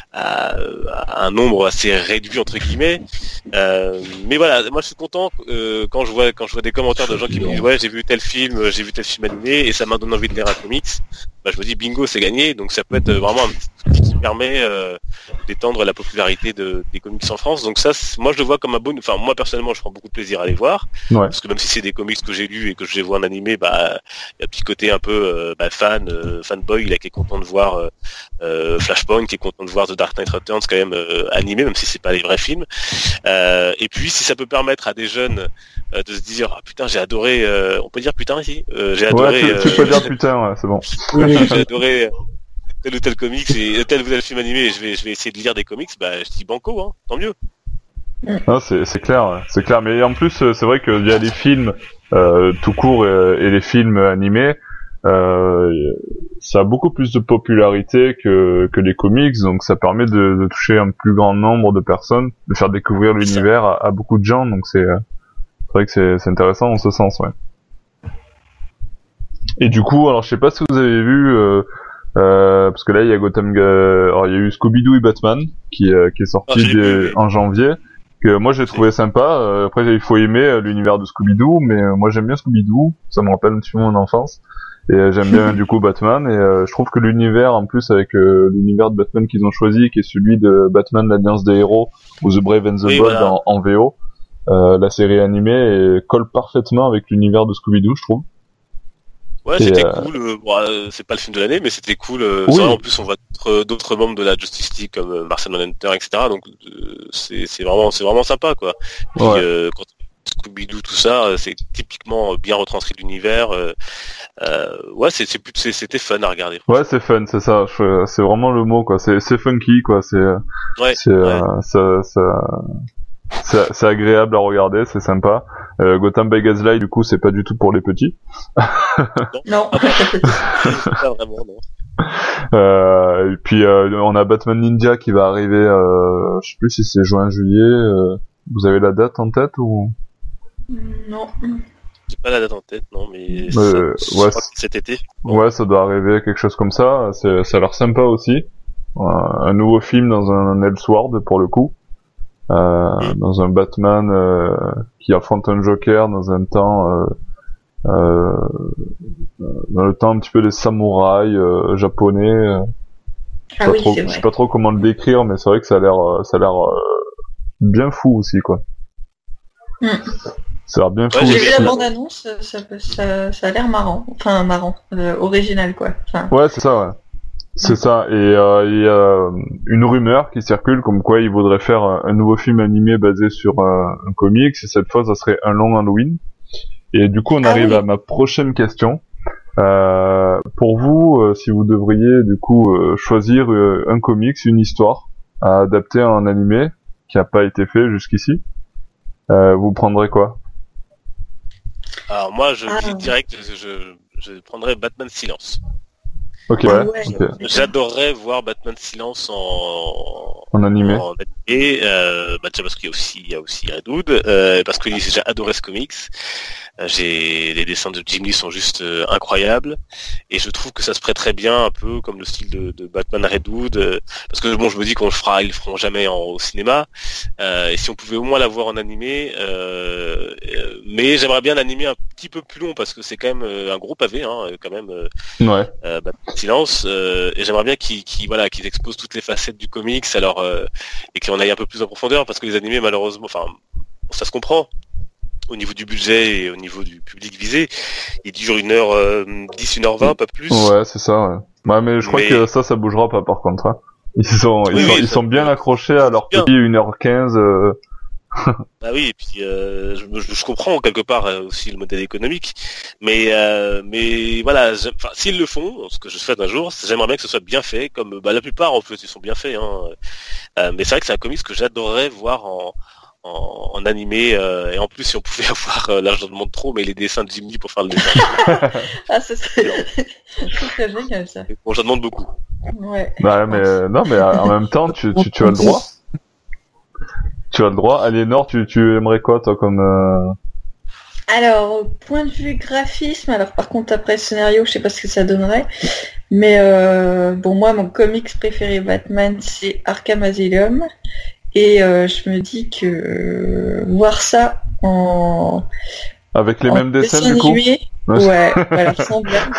à, à un nombre assez réduit entre guillemets. Euh, mais voilà, moi je suis content euh, quand je vois quand je vois des commentaires de gens qui me disent ouais j'ai vu tel film, euh, j'ai vu tel film animé et ça m'a donné envie de lire un comics. Bah, je me dis bingo, c'est gagné. Donc ça peut être vraiment un outil qui permet euh, d'étendre la popularité de, des comics en France. Donc ça, c'est- moi je le vois comme un bon. Enfin moi personnellement, je prends beaucoup de plaisir à les voir. Ouais. Parce que même si c'est des comics que j'ai lus et que je les vois en animé, bah il y a un petit côté un peu euh, bah, fan, euh, fanboy, là qui est content de voir euh, euh, Flashpoint, qui est content de voir The Dark Knight Returns quand même euh, animé, même si c'est pas les vrais films. Euh, et puis si ça peut permettre à des jeunes euh, de se dire ah, putain j'ai adoré, euh, on peut dire putain ici, euh, j'ai adoré, Ouais, tu, tu euh, peux dire putain, ouais, c'est bon. j'ai adoré tel ou tel comics et tel ou tel film animé et je vais je vais essayer de lire des comics, bah je dis banco, hein, tant mieux. Non, c'est c'est clair, ouais, c'est clair. Mais en plus, euh, c'est vrai qu'il y a les films euh, tout court et, et les films animés, euh, ça a beaucoup plus de popularité que que les comics, donc ça permet de, de toucher un plus grand nombre de personnes, de faire découvrir l'univers à, à beaucoup de gens. Donc c'est euh, c'est vrai que c'est c'est intéressant en ce sens, ouais. Et du coup, alors je sais pas si vous avez vu, euh, euh, parce que là il y a Gotham, Ga- alors il y a eu Scooby-Doo et Batman qui euh, qui est sorti Ah, j'ai des- vu, oui. en janvier. Que moi j'ai trouvé sympa. Euh, après il faut aimer euh, l'univers de Scooby-Doo, mais euh, moi j'aime bien Scooby-Doo, ça me rappelle un petit peu mon enfance. Et euh, j'aime bien du coup Batman, et euh, je trouve que l'univers en plus avec euh, l'univers de Batman qu'ils ont choisi, qui est celui de Batman l'Alliance des Héros ou The Brave and the Oui, Bold voilà. en, en V O, euh, la série animée, et colle parfaitement avec l'univers de Scooby-Doo, je trouve. Ouais, Et, c'était euh, cool. euh, bon, euh, c'est pas le film de l'année, mais c'était cool. euh, Oui. c'est vrai, en plus, on voit d'autres- d'autres membres de la Justice League comme euh, Martian Manhunter, et cetera. Donc euh, c'est c'est vraiment c'est vraiment sympa, quoi. Puis Ouais. euh, quand Scooby-Doo, tout ça, euh, c'est typiquement bien retranscrit de l'univers. Euh, euh, ouais, c'est c'est plus c'est- c'était fun à regarder. Ouais, c'est fun, c'est ça. Je- C'est vraiment le mot, quoi. C'est c'est funky, quoi. C'est euh, Ouais, c'est ouais. euh, ça ça c'est c'est agréable à regarder, c'est sympa. Euh, Gotham by Gaslight, du coup, c'est pas du tout pour les petits. Non. Pas vraiment, non. Euh, et puis euh, on a Batman Ninja qui va arriver, euh, je sais plus si c'est juin, juillet. Euh, vous avez la date en tête ou? Non. J'ai pas la date en tête, non, mais Euh, ça, ouais, je crois que cet été. Ouais, ça doit arriver, quelque chose comme ça. C'est, ça a l'air sympa aussi. Euh, un nouveau film dans un Elseworld pour le coup. Euh, dans un Batman euh, qui affronte un Joker dans un temps, euh, euh, dans le temps un petit peu des samouraïs euh, japonais. Euh, je sais Ah pas oui, trop, c'est je vrai. sais pas trop comment le décrire, mais c'est vrai que ça a l'air, euh, ça a l'air euh, bien fou aussi, quoi. Mm. Ça a l'air bien Ouais, fou J'ai aussi. vu la bande-annonce, ça, ça, ça, ça a l'air marrant. Enfin, marrant. Euh, original, quoi. Enfin, Ouais, c'est ça, ouais. C'est ça. Et euh, il y a une rumeur qui circule comme quoi il voudrait faire un, un nouveau film animé basé sur euh, un comics, et cette fois ça serait un long Halloween. Et du coup on Ah arrive oui. à ma prochaine question. Euh, pour vous, euh, si vous devriez du coup euh, choisir euh, un comics, une histoire à adapter en animé qui n'a pas été fait jusqu'ici, euh, vous prendrez quoi? Alors moi, je Ah. dis direct, je, je, je prendrais Batman Silence. Ok, Ah ouais. ouais. Ok. J'adorerais voir Batman Silence en, En animé. en, Et euh, bah déjà parce qu'il y a aussi, il y a aussi Redwood, euh, parce que j'ai déjà adoré ce comics. Euh, j'ai les dessins de Jim Lee sont juste euh, incroyables, et je trouve que ça se prête très bien, un peu comme le style de, de Batman Redwood, euh, parce que bon, je me dis qu'on le fera, ils le feront jamais en, au cinéma, euh, et si on pouvait au moins l'avoir en animé, euh, euh, mais j'aimerais bien l'animer un petit peu plus long, parce que c'est quand même euh, un gros pavé, hein, quand même. Euh, Ouais. Euh, Batman Silence, euh, et j'aimerais bien qu'ils qu'ils voilà qu'ils exposent toutes les facettes du comics, alors euh, et qu'on aille un peu plus en profondeur, parce que les animés malheureusement, enfin ça se comprend au niveau du budget et au niveau du public visé, ils durent une heure euh, dix, une heure vingt, pas plus. Ouais, c'est ça, ouais. Ouais, mais je crois Mais- que ça, ça bougera pas par contre. Hein. Ils sont, ils Oui, sont, oui, ils ça- sont bien accrochés à leur bien. petit une heure quinze. Euh... Ah oui, et puis euh, je, je, je comprends quelque part euh, aussi le modèle économique, mais euh, mais voilà, j'aime- enfin s'ils le font, ce que je souhaite un jour, c'est- j'aimerais bien que ce soit bien fait, comme bah, la plupart en fait ils sont bien faits, hein. Euh, mais c'est vrai que c'est un comics que j'adorerais voir en en, en animé, euh, et en plus si on pouvait avoir euh, là je demande trop, mais les dessins de Jim Lee pour faire le dessin, Ah, ça serait, ça serait génial, ça. bon j'en demande beaucoup. Ouais. Ouais, mais euh, non, mais euh, en même temps, tu, tu, tu as le droit. Tu as le droit. Aliénor, tu, tu aimerais quoi, toi, comme euh... Alors, au point de vue graphisme, alors par contre après le scénario, je sais pas ce que ça donnerait, mais euh, bon moi mon comics préféré Batman c'est Arkham Asylum, et euh, je me dis que euh, voir ça en, avec les en mêmes dessins dessin du coup? animé, ouais, voilà, sans blague.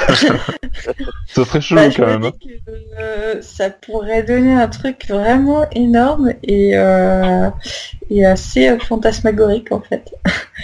Ça serait chelou Bah, je quand me même. dis que euh, ça pourrait donner un truc vraiment énorme et, euh, et assez euh, fantasmagorique en fait.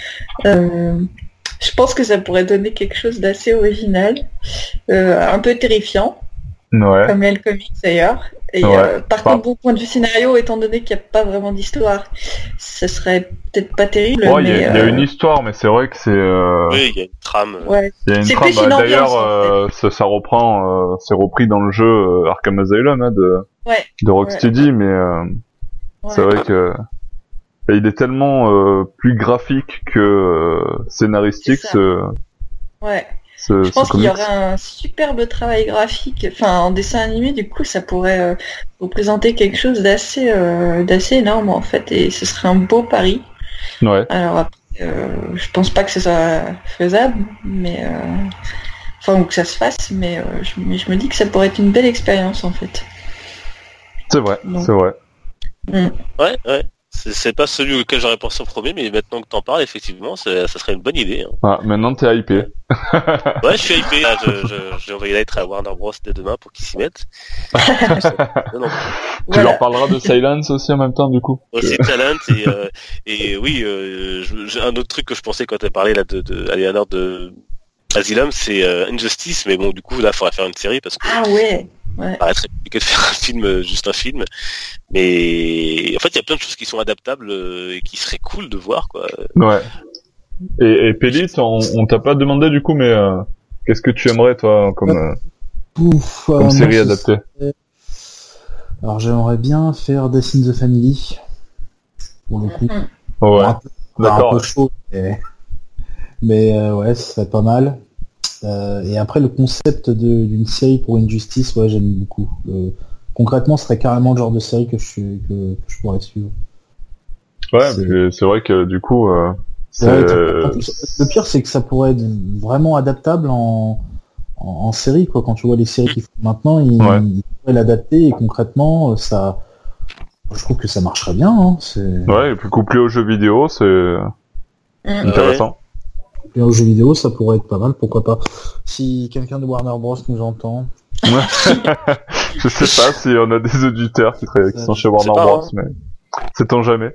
Euh, je pense que ça pourrait donner quelque chose d'assez original, euh, un peu terrifiant, Ouais. comme l'est le comics d'ailleurs. Et Ouais. euh, par Bah. contre, bon point de vue scénario, étant donné qu'il n'y a pas vraiment d'histoire, ça serait peut-être pas terrible. Ouais, il y, a- mais, il y a euh, une histoire, mais c'est vrai que c'est. Euh... Oui, il y a une trame. euh, ouais. Il y a une C'est trame. plus Bah, une ambiance, d'ailleurs, en euh, ça, ça reprend, euh, c'est repris dans le jeu euh, Arkham Asylum hein, de, Ouais. de Rocksteady, mais euh, Ouais. c'est vrai que et il est tellement euh, plus graphique que euh, scénaristique C'est ça. ce, Ouais. ce, Je ce pense qu'il y comics. aurait un superbe travail graphique, enfin en dessin animé, du coup ça pourrait euh, représenter quelque chose d'assez euh, d'assez énorme en fait, et ce serait un beau pari. Ouais. Alors après, euh, je pense pas que ce soit faisable, mais euh, enfin ou que ça se fasse, mais euh, je, mais je me dis que ça pourrait être une belle expérience en fait. C'est vrai, Non. c'est vrai. Ouais, ouais. C'est c'est pas celui auquel j'aurais pensé en premier, mais maintenant que t'en parles, effectivement, ça, ça serait une bonne idée. Hein. Ah, maintenant t'es hypé. Ouais, je suis hypé. Là, je, je, j'ai envoyé la lettre à Warner Bros dès demain pour qu'ils s'y mettent. non, non. Tu Voilà. leur parleras de Silence aussi en même temps du coup. Aussi Talent et euh, et oui, euh, je- j'ai un autre truc que je pensais quand t'as parlé là de, de Aliénor de Asylum, c'est euh, Injustice, mais bon, du coup, là, il faudrait faire une série parce que Ah ouais. Ouais. ça paraît très compliqué de faire un film, euh, juste un film. Mais en fait, il y a plein de choses qui sont adaptables euh, et qui seraient cool de voir, quoi. Ouais. Et, et Pélit, on, on t'a pas demandé du coup, mais euh, qu'est-ce que tu aimerais toi comme, euh, Ouf, comme euh, moi, série ce adaptée? serait- Alors j'aimerais bien faire Death in the Family, pour le coup. Ouais. Un peu, un D'accord. peu chaud, mais, mais euh, ouais, ce serait pas mal. Euh, et après, le concept de- d'une série pour Injustice, ouais, j'aime beaucoup. Euh, concrètement, ce serait carrément le genre de série que je, suis- que, que je pourrais suivre. Ouais, C'est- puis c'est vrai que du coup, euh, c'est. Ouais, t'as- en plus, le pire, c'est que ça pourrait être vraiment adaptable en, en, en série, quoi. Quand tu vois les séries qu'ils font maintenant, ils, Ouais. ils pourraient l'adapter et concrètement, ça, je trouve que ça marcherait bien. Hein. C'est Ouais, et puis couplé aux jeux vidéo, c'est Mm. intéressant. et aux jeux vidéo, ça pourrait être pas mal. Pourquoi pas. Si quelqu'un de Warner Bros nous entend, Ouais. Je sais pas si on a des auditeurs qui, tra- qui sont chez Warner pas, Bros, hein. mais sait-on jamais.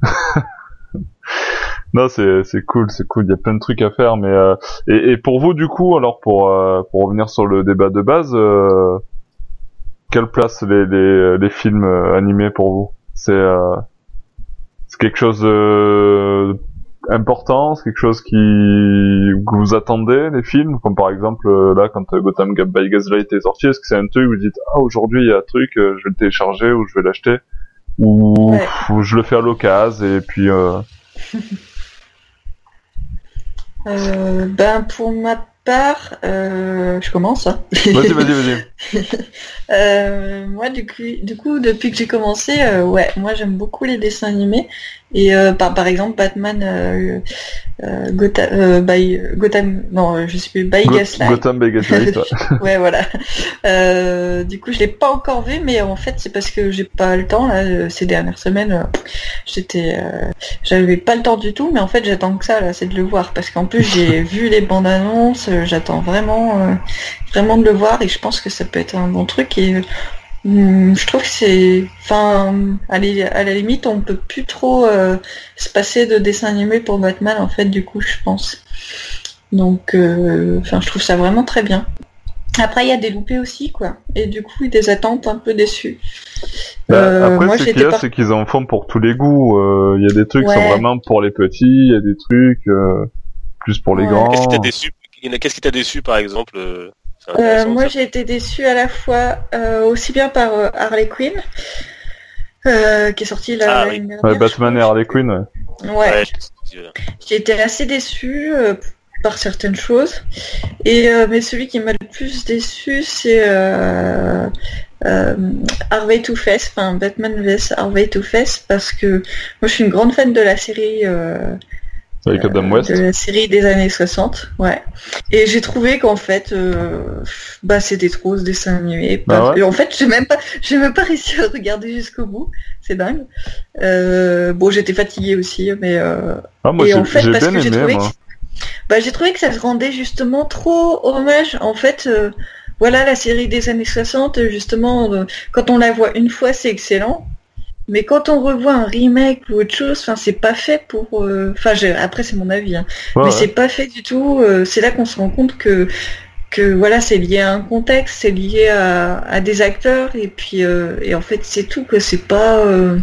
Non, c'est c'est cool, c'est cool. Il y a plein de trucs à faire, mais euh, et, et pour vous du coup, alors pour euh, pour revenir sur le débat de base, euh, quelle place les les les films euh, animés pour vous? C'est euh, c'est quelque chose de important, c'est quelque chose qui que vous attendez les films, comme par exemple euh, là quand euh, Gotham by Gaslight est sorti, est-ce que c'est un truc où vous dites ah aujourd'hui il y a un truc, euh, je vais le télécharger ou je vais l'acheter, ou, Ouais. ou je le fais à l'occasion et puis euh... Euh, ben pour ma part, euh, je commence. Hein. Vas-y, vas-y, vas-y. euh, moi, du coup, du coup, depuis que j'ai commencé, euh, ouais, moi j'aime beaucoup les dessins animés. Et euh, par, par exemple, Batman, euh, euh, Gotham, euh, by, Gotham, non, je sais plus, by Go- Gaslight. Gotham by Gaslight, ouais. Ouais, voilà. Euh, du coup, je l'ai pas encore vu, mais en fait, c'est parce que j'ai pas le temps là. Ces dernières semaines, euh, j'étais, euh, j'avais pas le temps du tout. Mais en fait, j'attends que ça là, c'est de le voir, parce qu'en plus, j'ai vu les bandes annonces. euh, J'attends vraiment, euh, vraiment de le voir, et je pense que ça peut être un bon truc. Et hum, je trouve que c'est, enfin, à, la- à la limite, on peut plus trop euh, se passer de dessins animés pour Batman. En fait, du coup, je pense. Donc, euh, enfin, je trouve ça vraiment très bien. Après, il y a des loupés aussi, quoi. Et du coup, des attentes un peu déçues. Bah, Euh, après, moi, ce j'étais qu'il y a, par- c'est qu'ils en font pour tous les goûts. Euh, Il y a des trucs qui sont Ouais. vraiment pour les petits, il y a des trucs euh, plus pour les Ouais. grands. Qu'est-ce qui t'a déçu Qu'est-ce qui t'a déçu par exemple euh, c'est Euh, intéressant, moi, ça. j'ai été déçue à la fois euh, aussi bien par euh, Harley Quinn, euh, qui est sortie la- Ah, l'année oui. dernière. Ouais, je Batman et crois. Harley Quinn, ouais. Ouais. Ouais, je te dis, euh, J'ai été assez déçue euh, par certaines choses. Et euh, mais celui qui m'a le plus déçu, c'est euh, euh, Harvey Two-Face, enfin Batman vs Harvey Two-Face, parce que moi je suis une grande fan de la série euh, Avec Adam euh, West. de la série des années soixante, ouais. Et j'ai trouvé qu'en fait, euh, bah c'était trop ce dessin animé. Pas- Ah ouais Et en fait, j'ai même pas, j'ai même pas réussi à le regarder jusqu'au bout. C'est dingue. Euh, bon, j'étais fatiguée aussi, mais euh, Ah, moi, et j'ai en fait, j'ai parce bien que j'ai aimé, trouvé moi. que bah, j'ai trouvé que ça se rendait justement trop hommage. En fait, euh, voilà la série des années soixante, justement, euh, quand on la voit une fois, c'est excellent. Mais quand on revoit un remake ou autre chose, enfin, c'est pas fait pour. euh, Enfin, j'ai- après, c'est mon avis, hein. Ouais, Mais ouais. c'est pas fait du tout. euh, C'est là qu'on se rend compte que que voilà, c'est lié à un contexte, c'est lié à, à des acteurs, et puis euh, et en fait, c'est tout, que c'est pas. euh,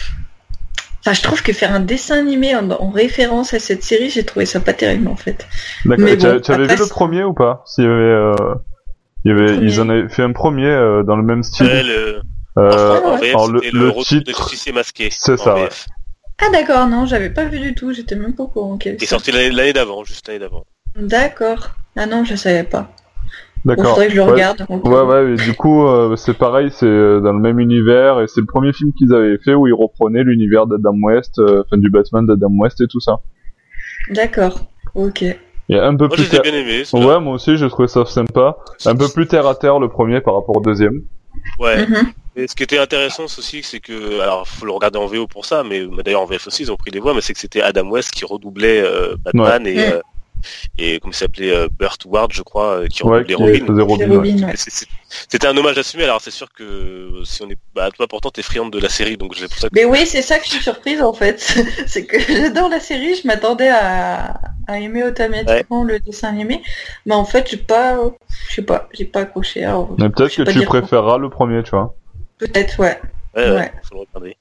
Enfin, je trouve que faire un dessin animé en, en référence à cette série, j'ai trouvé ça pas terrible, en fait. D'accord. Mais Et tu bon, tu avais après, vu le c'est- premier ou pas? S'il y avait, euh, il y avait, Le ils en premier. avaient fait un premier euh, dans le même style. ouais, le... en, Euh, Fran- en ouais. V F, alors, le, c'était le, le retour titre, des justiciers masqués. c'est en ça, V ouais. F. Ah d'accord, non, j'avais pas vu du tout, j'étais même pas au courant qu'il y avait Il est ça. sorti l'année l'année d'avant, juste l'année d'avant. D'accord. Ah non, je savais pas. Bon, D'accord. faudrait que je le Ouais. regarde. donc, Ouais, euh, ouais, et du coup, euh, c'est pareil, c'est euh, dans le même univers, et c'est le premier film qu'ils avaient fait où ils reprenaient l'univers d'Adam West, euh, enfin du Batman d'Adam West et tout ça. D'accord. Ok. Il y a un peu Moi, plus je les ai ter- bien aimés. ceux-là. Ouais, moi aussi, j'ai trouvé ça sympa. Un peu plus terre à terre le premier par rapport au deuxième. Ouais. Mhm. Et ce qui était intéressant aussi, c'est que, alors, faut le regarder en V O pour ça, mais mais d'ailleurs en V F aussi, ils ont pris les voix, mais c'est que c'était Adam West qui redoublait euh, Batman et, Ouais. euh, et comment il s'appelait euh, Burt Ward, je crois, euh, qui Ouais, redoublait qui Robin. faisait Robin, ouais. Robin, ouais. Et c'est- c'est- C'était un hommage assumé. Alors c'est sûr que si on est, bah toi pourtant t'es friande de la série, donc c'est pour ça que. Mais oui, c'est ça que je suis surprise en fait. C'est que j'adore la série, je m'attendais à, à aimer automatiquement le dessin animé, mais en fait, j'ai pas, je sais pas, j'ai pas accroché. Alors, Mais peut-être je sais que pas tu dire quoi. préféreras le premier, tu vois. Peut-être, ouais. Ouais, ouais, Ouais. faut le regarder.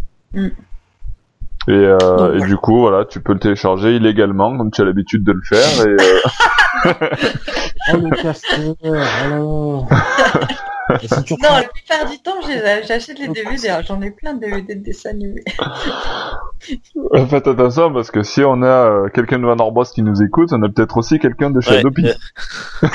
Et, euh, Donc, et ouais. du coup, voilà, tu peux le télécharger illégalement, comme tu as l'habitude de le faire. Et, euh, Oh le casteur, alors. Et si tu Non, reprends- la plupart du temps, j'ai- j'achète les D V D. Alors, j'en ai plein de D V D de dessins animés. faites attention parce que si on a euh, quelqu'un de Warner Bros qui nous écoute, on a peut-être aussi quelqu'un de chez Ouais, Adobe. euh,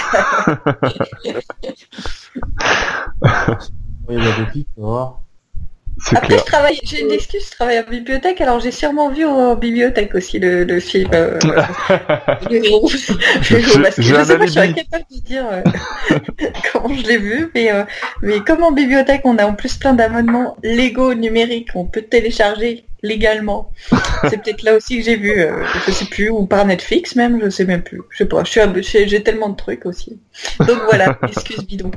Ouais, la copie, tu vas voir. C'est Après, clair. je travaille, j'ai une excuse, je travaille en bibliothèque, alors j'ai sûrement vu en bibliothèque aussi le, le film. Euh, le héros. Le héros J'ai- masqué. j'ai Je un sais pas, je suis alibi. incapable de dire euh, comment je l'ai vu, mais, euh, mais comme en bibliothèque, on a en plus plein d'abonnements Lego numériques, on peut télécharger légalement. C'est peut-être là aussi que j'ai vu, euh, je sais plus, ou par Netflix même, je sais même plus. Je sais pas, je suis ab- j'ai j'ai tellement de trucs aussi. Donc voilà, excuse bidon.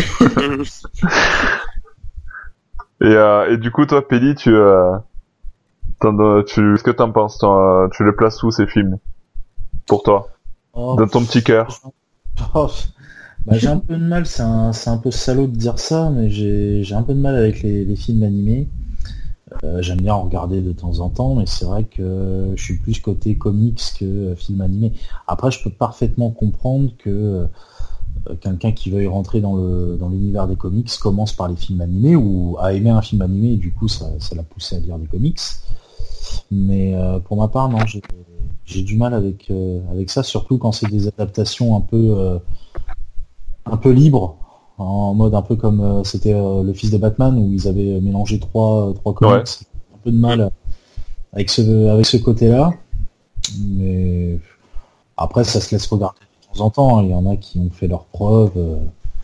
Et, euh, et du coup, toi, Pelli, tu, euh, t'en- tu, qu'est-ce que t'en penses toi, tu les places où ces films pour toi, Oh, dans ton petit cœur? oh, bah, j'ai un peu de mal, c'est un, c'est un peu salaud de dire ça, mais j'ai j'ai un peu de mal avec les, les films animés. Euh, j'aime bien en regarder de temps en temps, mais c'est vrai que je suis plus côté comics que euh, film animé. Après, je peux parfaitement comprendre que euh, quelqu'un qui veuille rentrer dans le dans l'univers des comics commence par les films animés ou a aimé un film animé et du coup ça ça l'a poussé à lire des comics. Mais euh, pour ma part, non, j'ai j'ai du mal avec euh, avec ça, surtout quand c'est des adaptations un peu euh, un peu libres, en mode un peu comme euh, c'était euh, le fils de Batman où ils avaient mélangé trois trois comics. Ouais. Un peu de mal avec ce avec ce côté-là, mais après ça se laisse regarder de temps en temps. Il y en a qui ont fait leurs preuves, euh,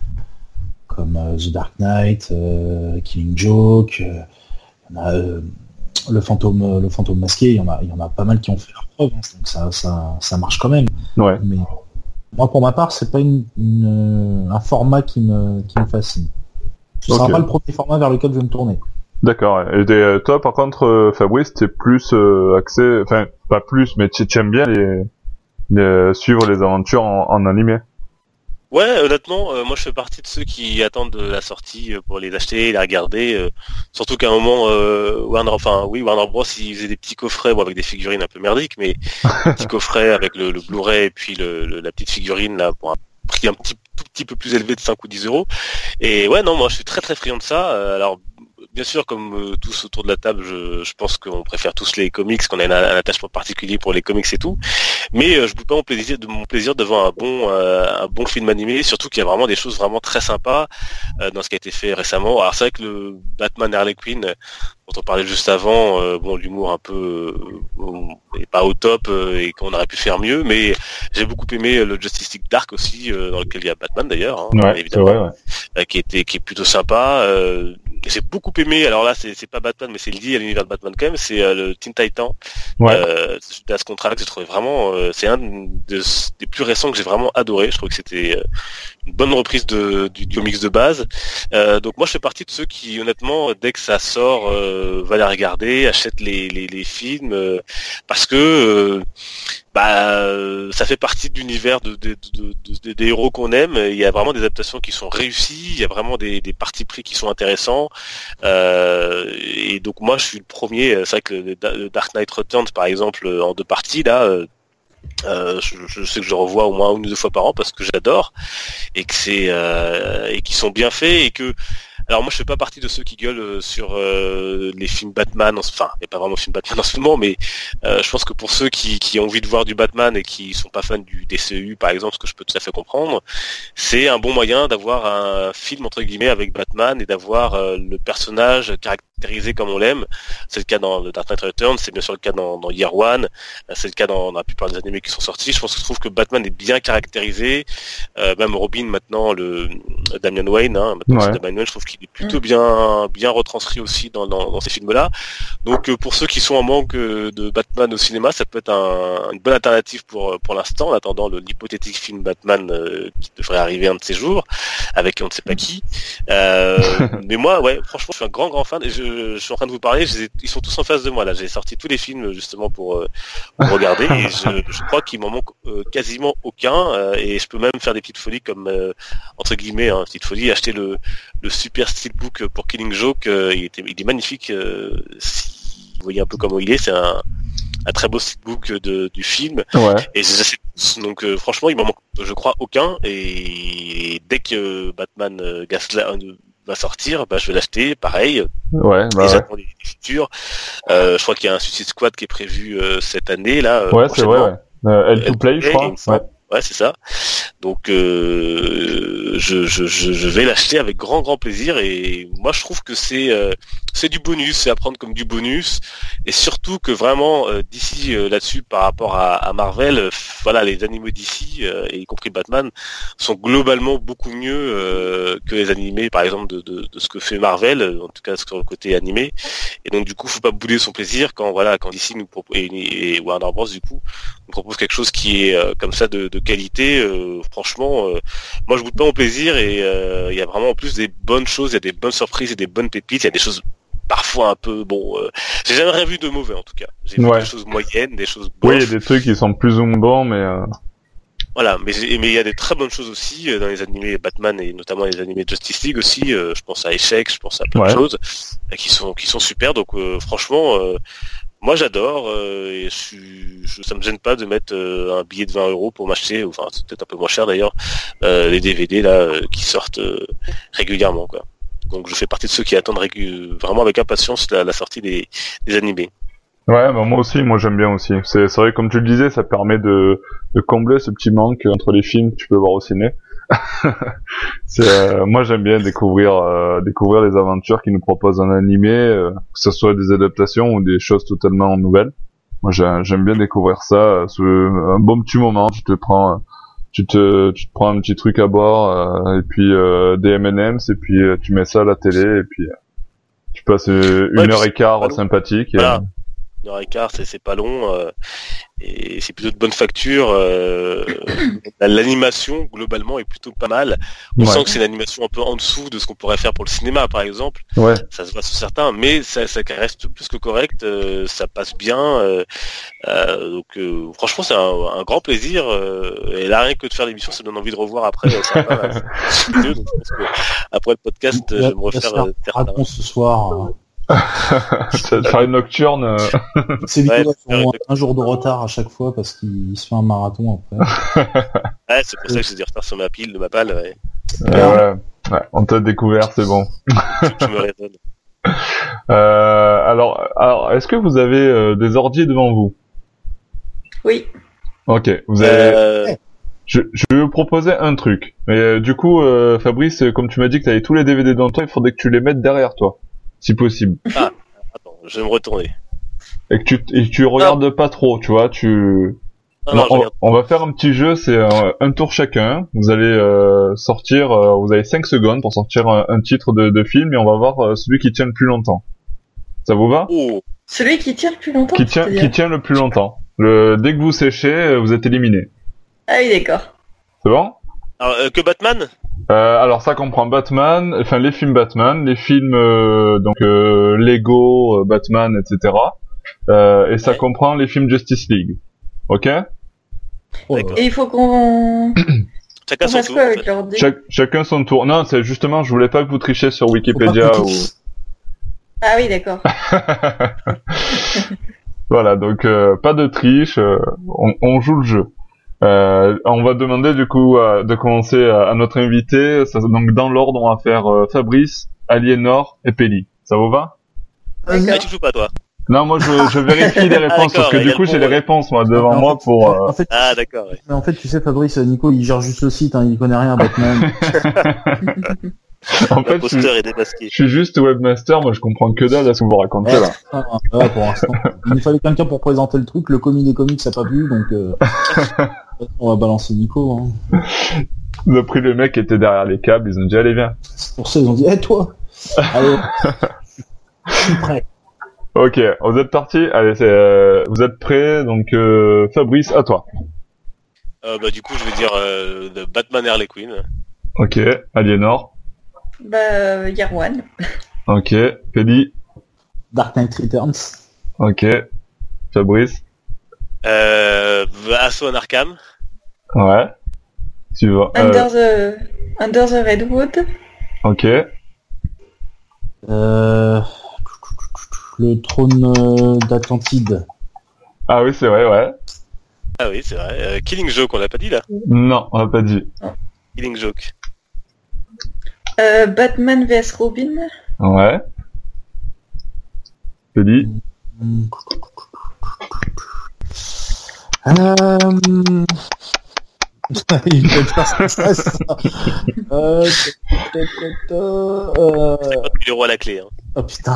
comme euh, The Dark Knight, euh, Killing Joke. Euh, il y en a, euh, le fantôme le fantôme masqué, il y en a il y en a pas mal qui ont fait leurs preuves, hein, donc ça ça ça marche quand même. Ouais. Mais moi pour ma part c'est pas une, une, un format qui me qui me fascine. Ce sera Ok. pas le premier format vers lequel je vais me tourner. D'accord. Et des, toi, par contre, euh, Fabrice, t'es plus euh, axé, enfin pas plus, mais tu tu aimes bien les, les suivre les aventures en, en animé. Ouais, honnêtement, euh, moi je fais partie de ceux qui attendent de la sortie euh, pour les acheter, les regarder. Euh, surtout qu'à un moment, euh, Warner, enfin oui, Warner Bros, ils faisaient des petits coffrets, bon avec des figurines un peu merdiques, mais des petits coffrets avec le, le Blu-ray et puis le, le- la petite figurine là pour un prix un petit tout petit peu plus élevé de cinq ou dix euros. Et ouais, non, moi je suis très très friand de ça. Euh, alors bien sûr, comme euh, tous autour de la table, je, je pense qu'on préfère tous les comics, qu'on a un, un attachement particulier pour les comics et tout. Mais euh, je boude pas mon plaisir de mon plaisir devant un bon euh, un bon film animé, surtout qu'il y a vraiment des choses vraiment très sympas euh, dans ce qui a été fait récemment. Alors c'est vrai que le Batman Harley Quinn euh, dont on parlait juste avant, euh, bon l'humour un peu euh, est pas au top euh, et qu'on aurait pu faire mieux, mais j'ai beaucoup aimé le Justice League Dark aussi, euh, dans lequel il y a Batman d'ailleurs, hein, Ouais, c'est évidemment, vrai, ouais. euh, qui était qui est plutôt sympa. Euh, j'ai beaucoup aimé, alors là c'est c'est pas Batman mais c'est lié à l'univers de Batman quand même, c'est euh, le Teen Titan. Ouais. Euh, Das Contract, j'ai trouvé vraiment, euh, c'est un de- des plus récents que j'ai vraiment adoré. Je trouve que c'était euh, une bonne reprise de, du, du comics de base. Euh, donc moi je fais partie de ceux qui honnêtement dès que ça sort euh, va les regarder, achètent les, les, les films euh, parce que euh, bah euh, ça fait partie de l'univers de, de, de, de- de- des héros qu'on aime. Il y a vraiment des adaptations qui sont réussies, il y a vraiment des, des partis pris qui sont intéressants. Euh, et donc moi je suis le premier. C'est vrai que le, le Dark Knight Returns par exemple en deux parties là. Euh, euh, je, je sais que je revois au moins une ou deux fois par an parce que j'adore et que c'est euh, et qui sont bien faits et que alors moi je fais pas partie de ceux qui gueulent euh, sur euh, les films Batman, en- enfin il n'y a pas vraiment de film Batman en ce moment, mais euh, je pense que pour ceux qui, qui ont envie de voir du Batman et qui sont pas fans du D C E U par exemple, ce que je peux tout à fait comprendre, c'est un bon moyen d'avoir un film entre guillemets avec Batman et d'avoir euh, le personnage caractérisé comme on l'aime. C'est le cas dans le Dark Knight Returns, c'est bien sûr le cas dans, dans Year One, c'est le cas dans, dans la plupart des animés qui sont sortis. Je pense que je trouve que Batman est bien caractérisé, euh, même Robin maintenant, le Damian Wayne, hein, maintenant Ouais. c'est Damian Wayne, je trouve qu'il est plutôt bien bien retranscrit aussi dans, dans, dans ces films-là. Donc euh, pour ceux qui sont en manque euh, de Batman au cinéma, ça peut être un, une bonne alternative pour pour l'instant, en attendant le l'hypothétique film Batman euh, qui devrait arriver un de ces jours, avec on ne sait pas qui. Euh, mais moi, ouais, franchement, je suis un grand grand fan. Et je, je suis en train de vous parler, je les ai- ils sont tous en face de moi là. J'ai sorti tous les films justement pour, euh, pour regarder et je, je crois qu'il m'en manque euh, quasiment aucun. euh, et je peux même faire des petites folies comme euh, entre guillemets, hein, petite folie, acheter le le super steelbook pour Killing Joke. Euh, il était, il est magnifique. Euh, si vous voyez un peu comment il est, c'est un un très beau steelbook de, du film Ouais. et je les achète tous. Donc euh, franchement il m'en manque je crois aucun et dès que Batman euh, Gaslight euh, va sortir bah je vais l'acheter pareil Ouais, bah et ouais. j'attends les les futurs. Euh, je crois qu'il y a un Suicide Squad qui est prévu euh, cette année là euh, Ouais, c'est vrai, prochainement. ouais. Euh, L to L to Play, je Play, crois. il me semble. Ouais. Ouais, c'est ça. Donc euh, je, je, je, je vais l'acheter avec grand grand plaisir et moi je trouve que c'est euh, c'est du bonus, c'est à prendre comme du bonus et surtout que vraiment euh, d'ici euh, là-dessus par rapport à, à Marvel, euh, voilà les animés d'ici euh, et y compris Batman sont globalement beaucoup mieux euh, que les animés par exemple de, de, de ce que fait Marvel, en tout cas sur le côté animé. Et donc du coup faut pas bouder son plaisir quand voilà quand D C nous propose et, et Warner Bros du coup nous propose quelque chose qui est euh, comme ça de, de qualité. Euh, franchement, euh, moi je boude pas mon plaisir et il euh, y a vraiment en plus des bonnes choses, il y a des bonnes surprises et des bonnes pépites. Il y a des choses parfois un peu bon. Euh, j'ai jamais rien vu de mauvais en tout cas. J'ai vu Ouais. des choses moyennes, des choses bof. Oui, il y a des trucs qui sont plus ou moins bons, mais euh... Voilà, mais j'ai- mais il y a des très bonnes choses aussi euh, dans les animés Batman et notamment les animés Justice League aussi. Euh, je pense à Échec, je pense à plein Ouais. de choses euh, qui sont qui sont super. Donc euh, franchement. Euh, Moi j'adore euh, et je suis, je, ça me gêne pas de mettre euh, un billet de vingt euros pour m'acheter, enfin c'est peut-être un peu moins cher d'ailleurs, euh, les D V D là euh, qui sortent euh, régulièrement quoi. Donc je fais partie de ceux qui attendent régu- vraiment avec impatience la, la sortie des, des animés. Ouais, bah moi aussi, moi j'aime bien aussi. C'est, c'est vrai, comme tu le disais, ça permet de, de combler ce petit manque entre les films que tu peux voir au ciné. c'est, euh, moi j'aime bien découvrir, euh, découvrir les aventures qu'ils nous proposent en animé, euh, que ce soit des adaptations ou des choses totalement nouvelles. Moi j'aime, j'aime bien découvrir ça. euh, C'est un bon petit moment. Tu te prends, euh, tu te, tu te prends un petit truc à boire euh, et puis euh, des M and M's et puis euh, tu mets ça à la télé et puis euh, tu passes euh, une Ouais, heure puis et quart pas long. sympathique. Et, Voilà. Une heure et quart, c'est, c'est pas long, euh, et c'est plutôt de bonne facture. Euh, l'animation, globalement, est plutôt pas mal. On Ouais. sent que c'est une animation un peu en dessous de ce qu'on pourrait faire pour le cinéma, par exemple. Ouais. Ça se voit sur certains, mais ça, ça reste plus que correct, euh, ça passe bien. Euh, euh, donc, euh, franchement, c'est un, un grand plaisir. Euh, et là, rien que de faire l'émission, ça donne envie de revoir après. Euh, certains, là, c'est mieux, donc je pense que après le podcast, je vais me refaire euh, certains. Raconte ce soir. Tu vas te faire une nocturne. euh. C'est Ouais, Nicolas qui faire ont un jour de retard à chaque fois parce qu'il se fait un marathon après. Ouais, c'est pour ça que j'ai du retard sur ma pile, de ma balle. Ouais. Euh, ouais. Ouais, on t'a découvert, c'est bon. Je me raisonne. Euh, alors, alors, est-ce que vous avez euh, des ordi devant vous? Oui. Ok, vous avez. Euh, Je, je vais vous proposer un truc. Mais euh, du coup, euh, Fabrice, comme tu m'as dit que tu avais tous les D V D dans toi, il faudrait que tu les mettes derrière toi, si possible, attends, je vais me retourner. et que tu et que tu regardes pas trop, tu vois. Tu. Non, Non, non, je on, regarde. on va faire un petit jeu, c'est un, un tour chacun. Vous allez euh, sortir, euh, vous avez cinq secondes pour sortir un, un titre de, de film et on va voir euh, celui qui tient le plus longtemps. Ça vous va? Oh, Celui qui tient le plus longtemps. Qui tient, c'est-à-dire qui tient le plus longtemps. Le, dès que vous séchez, euh, vous êtes éliminé. Ah oui, d'accord. C'est bon? alors, euh, que Batman? Euh, alors ça comprend Batman, enfin les films Batman, les films euh, donc euh, Lego, euh, Batman, et cetera. Euh, et ça Ouais. comprend les films Justice League. Ok? Oh, D'accord. Et il faut qu'on Chacun on son fasse tour. quoi en avec fait. l'ordi? Chaque, chacun son tour. Non, c'est justement, je voulais pas que vous trichiez sur Wikipédia Faut pas ou. que- Ah oui, d'accord. Voilà, donc euh, pas de triche, euh, on, on joue le jeu. Euh, on va demander du coup euh, de commencer à, à notre invité. Ça, donc dans l'ordre, on va faire euh, Fabrice, Aliénor et Pelli. Ça vous va? Ah, tu joues pas, toi? Non, moi je, je vérifie les réponses parce d'accord, que il y du a coup le j'ai bon, les ouais. réponses moi devant Mais en moi fait- pour. euh, En fait, Ah, d'accord, ouais. mais en fait, tu sais, Fabrice, Nico, il gère juste le site, hein, il connaît rien à Batman. En fait, je, suis- L'imposteur est démasqué. je suis juste webmaster, moi je comprends que dalle à ce que vous racontez là. Ah, ouais, pour l'instant. Il nous fallait quelqu'un pour présenter le truc, le commis des comics ça n'a pas plu, donc euh, on va balancer Nico. Hein. Ils ont pris le mec qui était derrière les câbles, ils ont dit allez viens. Pour ça, ils ont dit, hé toi, allez, je suis prêt. Ok, vous êtes partis. Allez, c'est, euh, vous êtes prêts. Donc euh, Fabrice, à toi. Euh, bah, du coup, je vais dire euh, de Batman Harley Quinn. Ok, Aliénor. Bah, euh, Yarwan. Ok, Pelli. Dark Knight Returns. Ok, Fabrice. Euh, Assaut Arkham. Ouais. Tu vas. Euh, Under the Under the Redwood. ok. Euh, le trône euh, d'Atlantide. Ah oui, c'est vrai, ouais. Ah oui, c'est vrai. Euh, Killing Joke, on l'a pas dit là. Non, on l'a pas dit. Killing Joke. Euh, Batman vs Robin. Ouais. Pelli. Hmm. Euh... Il peut faire ça, ça. Euh... ta, ta, ta, ta, euh... Le roi à la clé. Hein. Oh putain.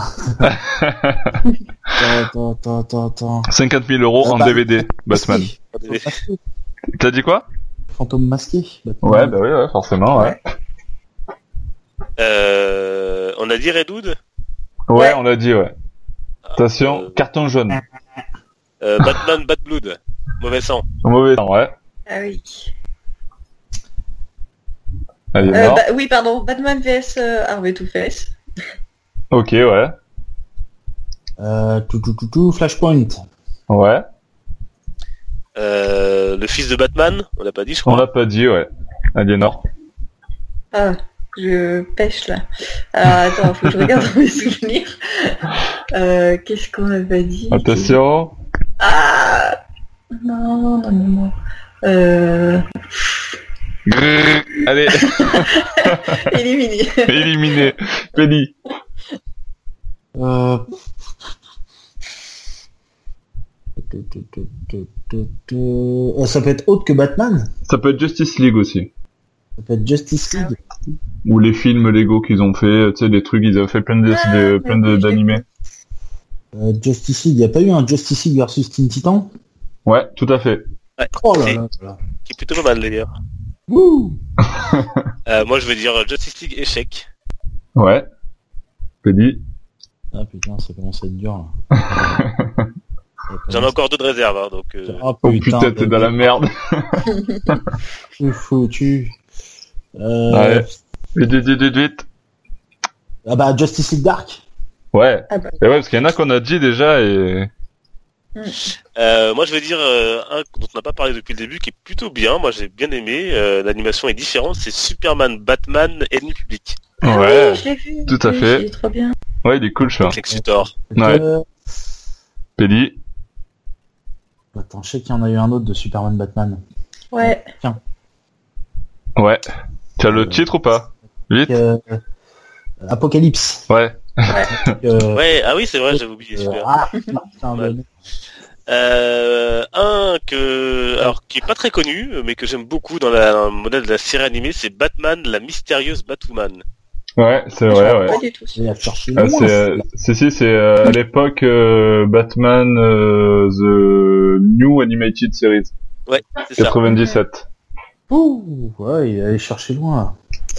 Attends, attends, attends, attends. cinquante mille euros en Ah, bah, D V D, Batman. Masqué. Fantôme masqué. T'as dit quoi? Fantôme masqué. Batman. Ouais, bah oui, ouais, forcément, ouais. Euh, on a dit Redwood. Ouais, Ouais. on l'a dit, ouais. Attention, Euh, carton jaune. euh, Batman Bad Blood. Mauvais sang. Mauvais temps, ouais. Ah oui. Allez, Euh, non. bah, oui, pardon. Batman vs euh, Harvey Two-Face. Ok, ouais. Euh, tout, tout, tout, tout, Flashpoint. Ouais. Euh, le fils de Batman. On l'a pas dit, je On crois. l'a pas dit, ouais. Aliénor. Ah, je pêche là. Alors attends, faut que je regarde dans mes souvenirs. Euh, Qu'est-ce qu'on a pas dit? Attention. Ah non, non, non, non. Euh... Grrr. Allez, Éliminé. éliminé. Pelli. Euh... Euh, Ça peut être autre que Batman. Ça peut être Justice League aussi. Ça peut être Justice League. Ou les films Lego qu'ils ont fait, tu sais, des trucs, ils avaient fait plein de, Ah, de- oui, plein oui, de- je l'ai d'animés. vu. Euh, Justice League, y a pas eu un Justice League versus Teen Titan? Ouais, tout à fait. Ouais, Oh là c'est- là là. qui est plutôt pas mal d'ailleurs. Wouh. Euh, moi je vais dire Justice League échec. Ouais. Pédi. Ah putain, ça commence à être dur là. Ça J'en ai commence- encore deux de réserve, hein, donc euh, Ah Oh putain, t'es dans la merde. Je suis foutu. Euh... Ouais. Vite, vite, vite, vite, vite. Ah bah Justice League Dark. Ouais. Ah bah, Et ouais, parce qu'il y en a qu'on a dit déjà et... euh, moi je vais dire euh, un dont on n'a pas parlé depuis le début qui est plutôt bien. Moi j'ai bien aimé. Euh, L'animation est différente. C'est Superman, Batman, Ennemi public. ah Ouais. oui, je l'ai vu. tout à Oui, fait. Il est trop bien. Ouais, il est cool, ça. Avec Lex Luthor. Ouais. Euh... Pédi. Attends, je sais qu'il y en a eu un autre de Superman Batman. Ouais. Ouais. Tu as le titre ou pas? Vite. Euh... Apocalypse. Ouais. Euh... Ouais, ah oui c'est vrai, j'avais oublié euh, celui-là. Ah putain, Mal. de- Euh, un que, alors qui est pas très connu, mais que j'aime beaucoup dans, la, dans le modèle de la série animée, c'est Batman, la mystérieuse Batwoman. Ouais, c'est Je vrai, vois ouais. pas du tout. Il a cherché Ah, loin, c'est, euh, c'est, si, c'est euh, à l'époque euh, Batman euh, The New Animated Series, Ouais, c'est ça. quatre-vingt-dix-sept. Ouh, ouais, il est allé chercher loin.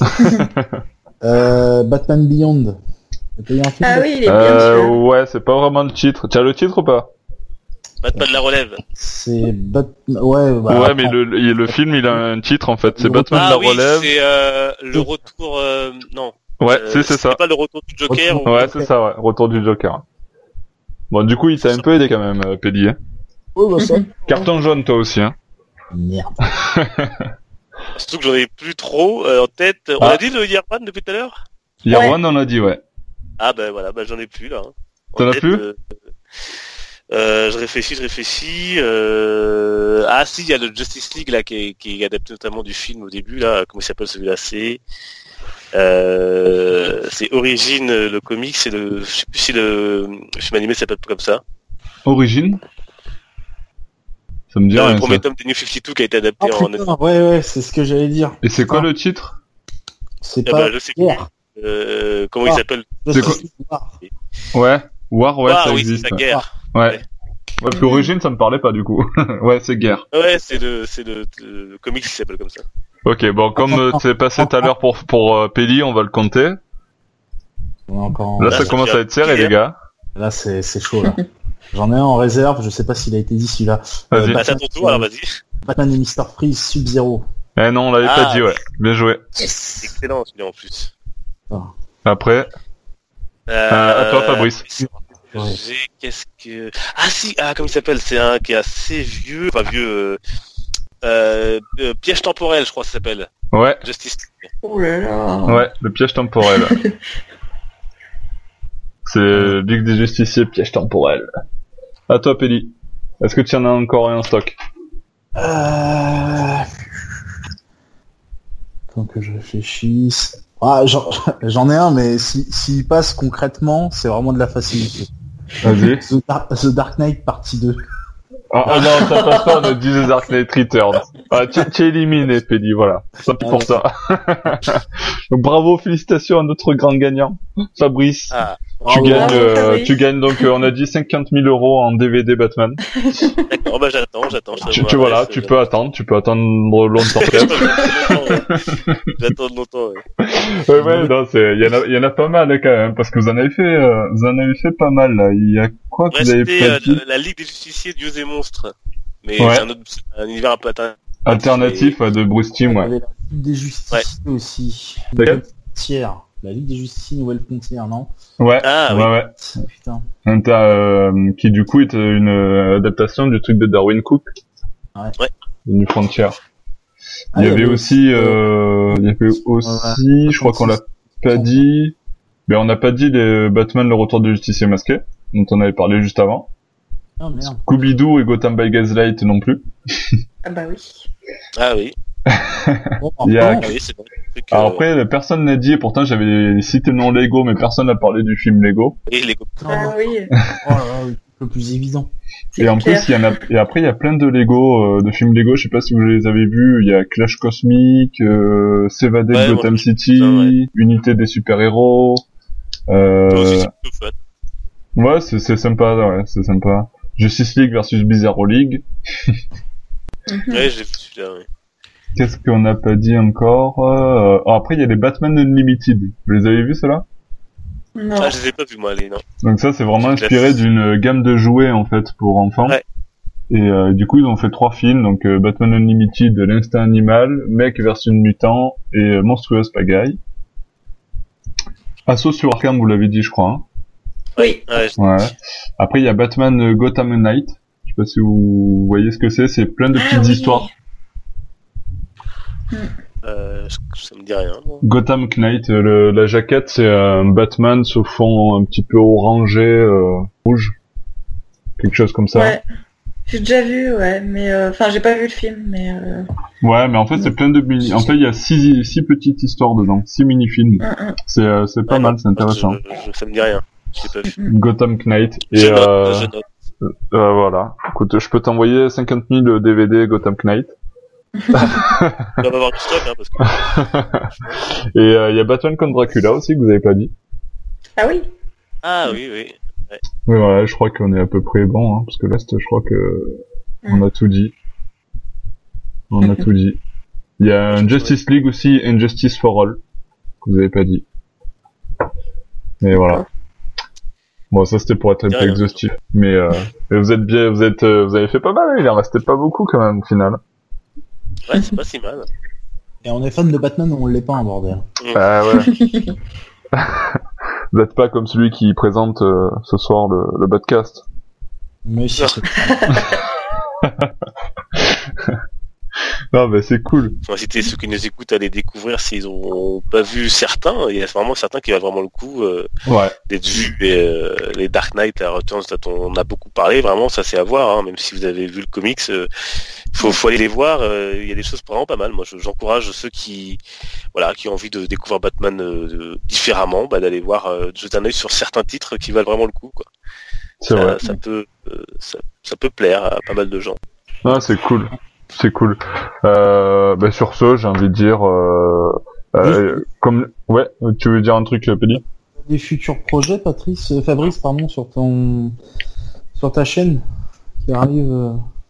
euh, Batman Beyond. T'as eu un film Ah oui, il est bien Euh, sûr. ouais, c'est pas vraiment le titre. Tu as le titre ou pas? Batman la relève. C'est Batman. Ouais, bah, Ouais, attends. mais le, le, le film, il a un titre en fait. C'est Le Batman Ah la oui, relève. c'est euh, le retour. Euh, non. Ouais, Euh, c'est, c'est ça. pas le retour du Joker. Retour. ou- Ouais, c'est ça, ouais. Retour du Joker. Bon, du coup, il t'a un peu aidé quand même, euh, Pédi. Hein. Ouais, bah, ça. Carton jaune, toi aussi, hein. Merde. Surtout que j'en ai plus trop euh, en tête. On Ah. a dit le Yearman depuis tout à l'heure. Year Ouais. One, on a dit, ouais. Ah ben voilà, ben j'en ai plus là. hein. En T'en as tête, plus euh, euh, Je réfléchis, je réfléchis. Euh... Ah si, il y a le Justice League là qui est, qui est adapté notamment du film au début là. Comment il s'appelle celui-là? C'est euh... c'est Origine le comic. C'est le, je sais plus si le film animé s'appelle comme ça. Origine. Ça me dit Euh, rien, le premier ça. tome des New cinquante-deux qui a été adapté Oh, en. putain, ouais, ouais, c'est ce que j'allais dire. Et c'est quoi Ah. le titre? C'est Eh pas ben, je sais plus. Guerre. Euh, comment Ah. il s'appelle? C'est quoi Justice League War. Ouais. War, ouais, Ah ça oui, c'est existe. la guerre. Ouais. Ouais. Ouais, parce qu'Origine, ça me parlait pas, du coup. Ouais, c'est guerre. Ouais, c'est le, c'est le, le comics qui s'appelle comme ça. Ok, bon, comme euh, c'est passé tout à l'heure pour, pour euh, Pédi, on va le compter. On est encore en- Là, Là, ça ça commence devient à être serré, pire. les gars. Là, c'est c'est chaud, là. J'en ai un en réserve, je sais pas s'il a été dit, celui-là. Vas-y. Bah, c'est à ton tour, alors vas-y. Batman et mister Freeze Sub-Zero. Eh non, on l'avait Ah. pas dit, ouais. Bien joué. C'est excellent celui-là en plus. Après, Euh, euh, à toi, Fabrice. Ouais. J'ai, qu'est-ce que... Ah si, ah, comment il s'appelle? C'est un qui est assez vieux, pas vieux, euh, euh, euh, Piège temporel, je crois que ça s'appelle. Ouais, Justice. Oh là là. ouais, le piège temporel. C'est Ligue des Justiciers, piège temporel. À toi, Pédi. Est-ce que tu en as encore un en stock? Euh... Tant que je réfléchisse... Ah, j'en j'en ai un, mais si- s'il passe concrètement, c'est vraiment de la facilité. Vas-y. The, Dar- The Dark Knight partie deux. Ah, ah non, ça passe pas, on a dit The Dark Knight Returns. Ah, tu tu es éliminé, Pédi, voilà. Ça pis pour ça. Donc, bravo, félicitations à notre grand gagnant, Fabrice. Ah, Tu Bravo. gagnes, Bravo, euh, Fabrice. tu gagnes donc, euh, on a dit cinquante mille euros en D V D Batman. d'accord, bah j'attends, j'attends. je Tu, vois tu voilà, l'adresse, tu euh, peux attendre, tu peux attendre longtemps peut-être. J'attends longtemps, ouais. Ouais, ouais, non, c'est, il y en a, il y en a pas mal hein, quand même, parce que vous en avez fait, euh, vous en avez fait pas mal là. Il y a quoi que vous avez Restait pas euh, dit la Ligue des Justiciers, Dieux et Monstres. Mais Ouais. c'est un, autre, un univers un peu atteint. Alternatif ouais, de Bruce Timm, Il y ouais. avait la Ligue des Justiciers aussi. Laquelle Nouvelle Frontière. La Ligue des Justiciers Nouvelle Frontière, non? Ouais, Ah, ouais, oui. ouais. Putain. Inter- euh, qui du coup est une euh, adaptation du truc de Darwin Cook. Ouais. Ouais. New Frontier. Ah, Il y avait aussi, euh, il y avait aussi, je crois qu'on l'a pas dit, mais on n'a pas dit les Batman le retour du justicier masqué, dont on avait parlé juste avant. Ah merde. Scooby-Doo et Gotham by Gaslight non plus. Ah bah oui. Ah oui, Bon, Il y a- pardon. ah oui, c'est vrai. Le truc, Alors euh, après, personne n'a dit, et pourtant j'avais cité le nom Lego, mais personne n'a parlé du film Lego. et les Oh, Ah oui. oh là là, oui. le plus évident. C'est Et en clair. plus, il y en a, et après, il y a plein de Lego, euh, de films Lego, je sais pas si vous les avez vus, il y a Clash Cosmique, euh, S'évader de Ouais, Gotham moi, City, ça, ouais. Unité des super-héros, euh, Toi aussi, c'est plutôt fun. ouais, c'est, c'est sympa, ouais, c'est sympa. Justice League versus Bizarro League. Mhm. Ouais, j'ai vu celui-là, ouais. Qu'est-ce qu'on n'a pas dit encore? euh... oh, après, il y a les Batman Unlimited. Vous les avez vus, ceux-là? Non. Ah, je les ai pas vus, moi, les, non. Donc ça, c'est vraiment Je inspiré laisse. d'une gamme de jouets, en fait, pour enfants. Ouais. Et euh, du coup, ils ont fait trois films, donc euh, Batman Unlimited, L'Instinct Animal, Mec versus Mutant et euh, Monstrueuse Pagaille. Assaut sur Arkham, vous l'avez dit, je crois. Hein. Oui. Ouais, je- Ouais. Après, il y a Batman euh, Gotham Knight. Je sais pas si vous voyez ce que c'est. C'est plein de Ah petites oui. histoires. euh, ça me dit rien. moi. Gotham Knight, euh, le, la jaquette, c'est un Batman sur fond un petit peu orangé, euh, rouge. Quelque chose comme ça. Ouais. J'ai déjà vu, ouais, mais euh, enfin j'ai pas vu le film, mais euh... Ouais, mais en fait, c'est plein de mini... En fait, il y a six, six petites histoires dedans. Six mini-films. un, un. C'est, euh, c'est pas Ouais, mal, non, c'est intéressant. je- je- ça me dit rien. Je l'ai pas vu. Gotham Knight. Et Je note, euh, je note. euh, voilà. Écoute, je peux t'envoyer cinquante mille D V D Gotham Knight. On va avoir du stock, hein, parce que... Et il euh, y a Batman contre Dracula aussi, que vous avez pas dit. Ah oui. Ah oui, oui. Mais voilà, je crois qu'on est à peu près bon, hein, parce que là, c'est- je crois que on a tout dit. On a tout dit. Il y a un Justice League aussi, Injustice for All, que vous avez pas dit. Mais voilà. Bon, ça c'était pour être un peu Rien. exhaustif. Mais, euh, mais vous êtes bien, vous êtes, euh, vous avez fait pas mal. Hein, il en restait pas beaucoup quand même au final. Ouais, c'est pas si mal. Et on est fan de Batman ou on l'est pas, un bordel. Ah ouais. Vous êtes pas comme celui qui présente euh, ce soir le, le podcast. Mais si, c'est- Non, mais c'est cool. On va inciter ceux qui nous écoutent à les découvrir s'ils ont pas vu certains. Il y a vraiment certains qui valent vraiment le coup euh, Ouais. d'être vus. Et, euh, les Dark Knight, la Returns, dont on a beaucoup parlé. Vraiment, ça c'est à voir. Hein, même si vous avez vu le comics, euh, faut, faut aller les voir. euh, Il y a des choses vraiment pas mal. Moi, je- j'encourage ceux qui, voilà, qui ont envie de découvrir Batman euh, de- différemment, bah, d'aller voir, euh, de jeter un œil sur certains titres qui valent vraiment le coup. Quoi. C'est Ça, vrai. ça peut, euh, ça, ça peut plaire à pas mal de gens. Ah, c'est cool. C'est cool. Euh, bah, sur ce, j'ai envie de dire, euh, euh, comme, ouais, tu veux dire un truc, Penny? des futurs projets, Patrice, euh, Fabrice, pardon, sur ton, sur ta chaîne qui arrive. euh,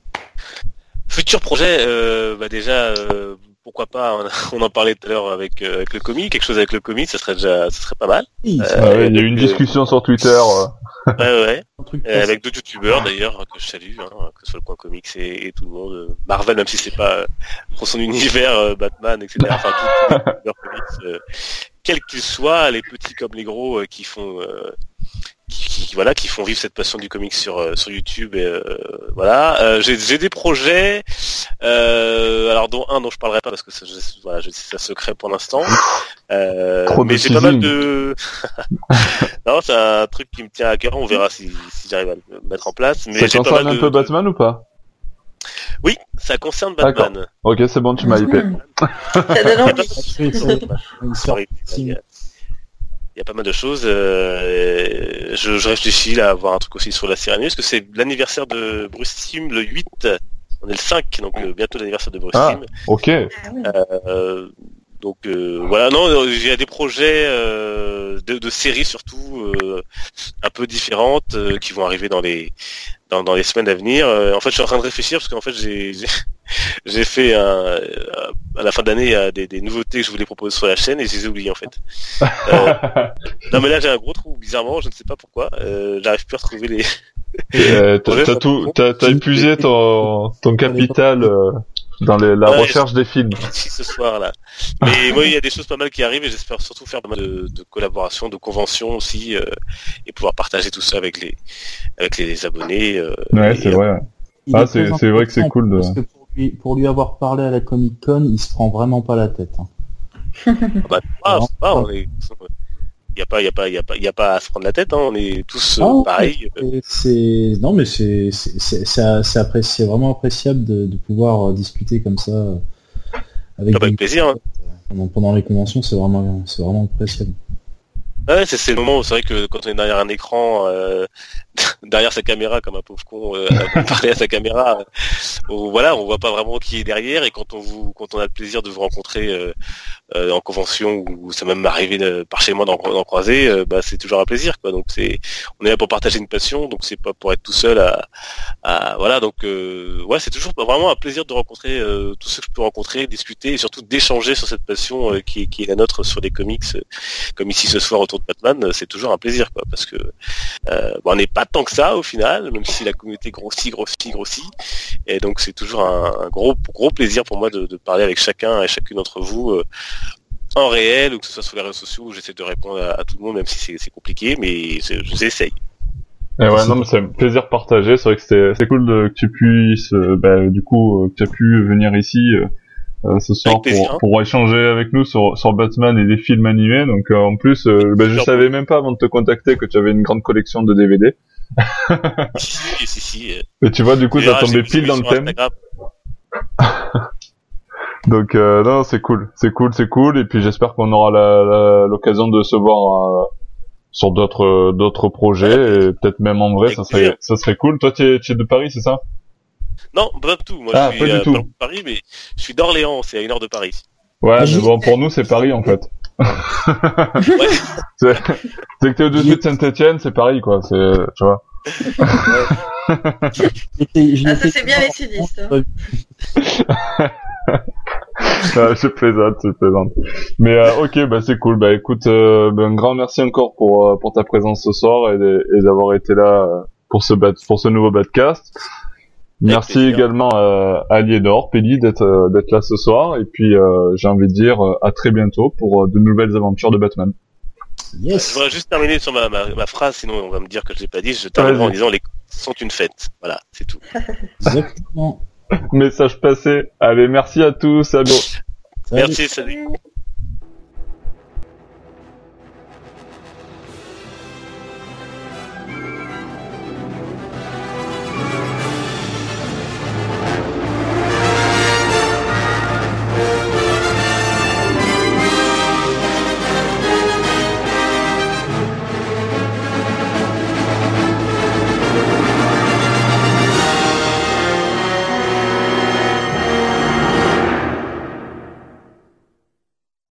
Futur projet, euh, bah déjà, euh, pourquoi pas, on, a- on en parlait tout à l'heure avec, euh, avec le comic, quelque chose avec le comic, ça serait déjà, ça serait pas mal. oui, c'est Euh, Ah ouais, il y a eu une donc, discussion sur Twitter. euh, Ouais, ouais, un truc euh, avec d'autres youtubeurs d'ailleurs, que je salue, hein, que ce soit le coin comics et, et tout le monde. euh, Marvel, même si c'est pas euh, pour son univers, euh, Batman, et cetera. Enfin, tous tous les youtubeurs comics, euh, quels qu'ils soient, les petits comme les gros, euh, qui font... euh, Qui, qui- voilà, qui font vivre cette passion du comics sur euh, sur YouTube et euh, voilà. Euh, j'ai j'ai des projets, euh, alors dont un dont je parlerai pas parce que ça, je, voilà, je c'est un secret pour l'instant. Euh, Trop de mais j'ai pas mal teasing. de. Non, c'est un truc qui me tient à cœur. On verra si, si j'arrive à le mettre en place. Mais Ça j'ai pas concerne mal un de- peu de- Batman ou pas? Oui, ça concerne Batman. Ok, c'est bon, tu m'as hypé. Mhm. Ça donne envie. Oui, c'est- il sort- Sorry, il y a- il y a pas mal de choses. euh, je, je réfléchis là à voir un truc aussi sur la série animée, parce que c'est l'anniversaire de Bruce Timm le huit. On est le cinq, donc euh, bientôt l'anniversaire de Bruce Ah. Timm. Ok. Ah oui. Euh, donc euh, voilà, non, il y a des projets euh, de, de séries surtout euh, un peu différentes euh, qui vont arriver dans les dans, dans les semaines à venir. Euh, en fait, je suis en train de réfléchir parce qu'en fait, j'ai j'ai, j'ai fait un, à la fin de l'année il y a des, des nouveautés que je voulais proposer sur la chaîne et je les ai oubliées en fait. Euh, non mais là j'ai un gros trou, bizarrement, je ne sais pas pourquoi. Euh, j'arrive plus à retrouver les. Euh, t'as, Ouais, t'as ça tout, compte. t'as, t'as épuisé ton, ton capital euh, dans les- la Ouais, recherche des films. Ici ce soir là. Mais moi il y a des choses pas mal qui arrivent et j'espère surtout faire pas mal de, de collaborations, de conventions aussi euh, et pouvoir partager tout ça avec les avec les abonnés. Euh, Ouais, et, c'est euh, vrai. il Ah, est c'est- très c'est vrai que c'est intéressant cool de- Parce que pour lui, pour lui avoir parlé à la Comic Con, il se prend vraiment pas la tête. hein. ah bah, ah, Non. c'est pas, on est. Il y a pas, il y a pas, il y a pas, il y a pas à se prendre la tête. Hein, on est tous euh, Ah, pareils. euh, Et C'est non mais c'est c'est c'est c'est c'est appré- c'est vraiment appréciable de, de pouvoir euh, discuter comme ça euh, avec Ah bah, avec des- plaisir, hein. pendant, pendant les conventions, c'est vraiment c'est vraiment appréciable. Ouais, c'est c'est le moment où c'est vrai que quand on est derrière un écran, euh, derrière sa caméra comme un pauvre con euh, à parler à sa caméra. On, voilà, on voit pas vraiment qui est derrière et quand on vous, quand on a le plaisir de vous rencontrer euh, euh, en convention ou ça m'est même arrivé de, par chez moi d'en, d'en croiser, euh, bah c'est toujours un plaisir quoi. Donc c'est, on est là pour partager une passion, donc c'est pas pour être tout seul à, à voilà. Donc euh, ouais, c'est toujours vraiment un plaisir de rencontrer euh, tous ceux que je peux rencontrer, discuter et surtout d'échanger sur cette passion euh, qui, qui est la nôtre sur les comics, euh, comme ici ce soir autour de Batman. Euh, c'est toujours un plaisir quoi, parce que euh, bon, on n'est pas tant que ça au final, même si la communauté grossit, grossit, grossit. Et donc c'est toujours un, un gros, gros plaisir pour moi de, de parler avec chacun et chacune d'entre vous. Euh, en réel ou que ce soit sur les réseaux sociaux où j'essaie de répondre à, à tout le monde même si c'est, c'est compliqué mais j'essaye. Et ouais, non, mais c'est un plaisir partagé. C'est vrai que c'est, c'est cool de, que tu puisses, euh, bah, du coup, euh, que tu as pu venir ici euh, ce soir plaisir, pour, hein. pour échanger avec nous sur, sur Batman et des films animés. Donc euh, en plus, euh, bah, je savais même pas avant de te contacter que tu avais une grande collection de D V D. si, si, si. Et tu vois, du coup, ça tombait pile dans le thème. Donc euh, non, c'est cool, c'est cool, c'est cool. Et puis j'espère qu'on aura la, la, l'occasion de se voir euh, sur d'autres d'autres projets et peut-être même en vrai, ça serait ça serait cool. Toi, tu es, tu es de Paris, c'est ça? Non, pas du tout. Moi, ah, je suis pas du euh, tout. pas de Paris, mais je suis d'Orléans. C'est à une heure de Paris. Ouais, mais bon, pour nous, c'est Paris en fait. Ouais. c'est, c'est que t'es au-dessus de Saint-Etienne, c'est Paris quoi. C'est, tu vois. Ah, ça c'est bien les sudistes. Hein. Ah, je plaisante, je plaisante. Mais euh, ok, bah c'est cool. Bah écoute, euh, bah, un grand merci encore pour euh, pour ta présence ce soir et, et d'avoir été là euh, pour ce bat, pour ce nouveau Batcast. Merci plaisir. également euh, à Aliénor, Péli d'être euh, d'être là ce soir. Et puis euh, j'ai envie de dire euh, à très bientôt pour euh, de nouvelles aventures de Batman. Yes. Je voudrais juste terminer sur ma, ma, ma phrase, sinon on va me dire que je l'ai pas dit. Je terminerai Vas-y. en disant les sont une fête. Voilà, c'est tout. Exactement. Message passé. Allez, merci à tous. À bientôt. Salut. Merci, salut.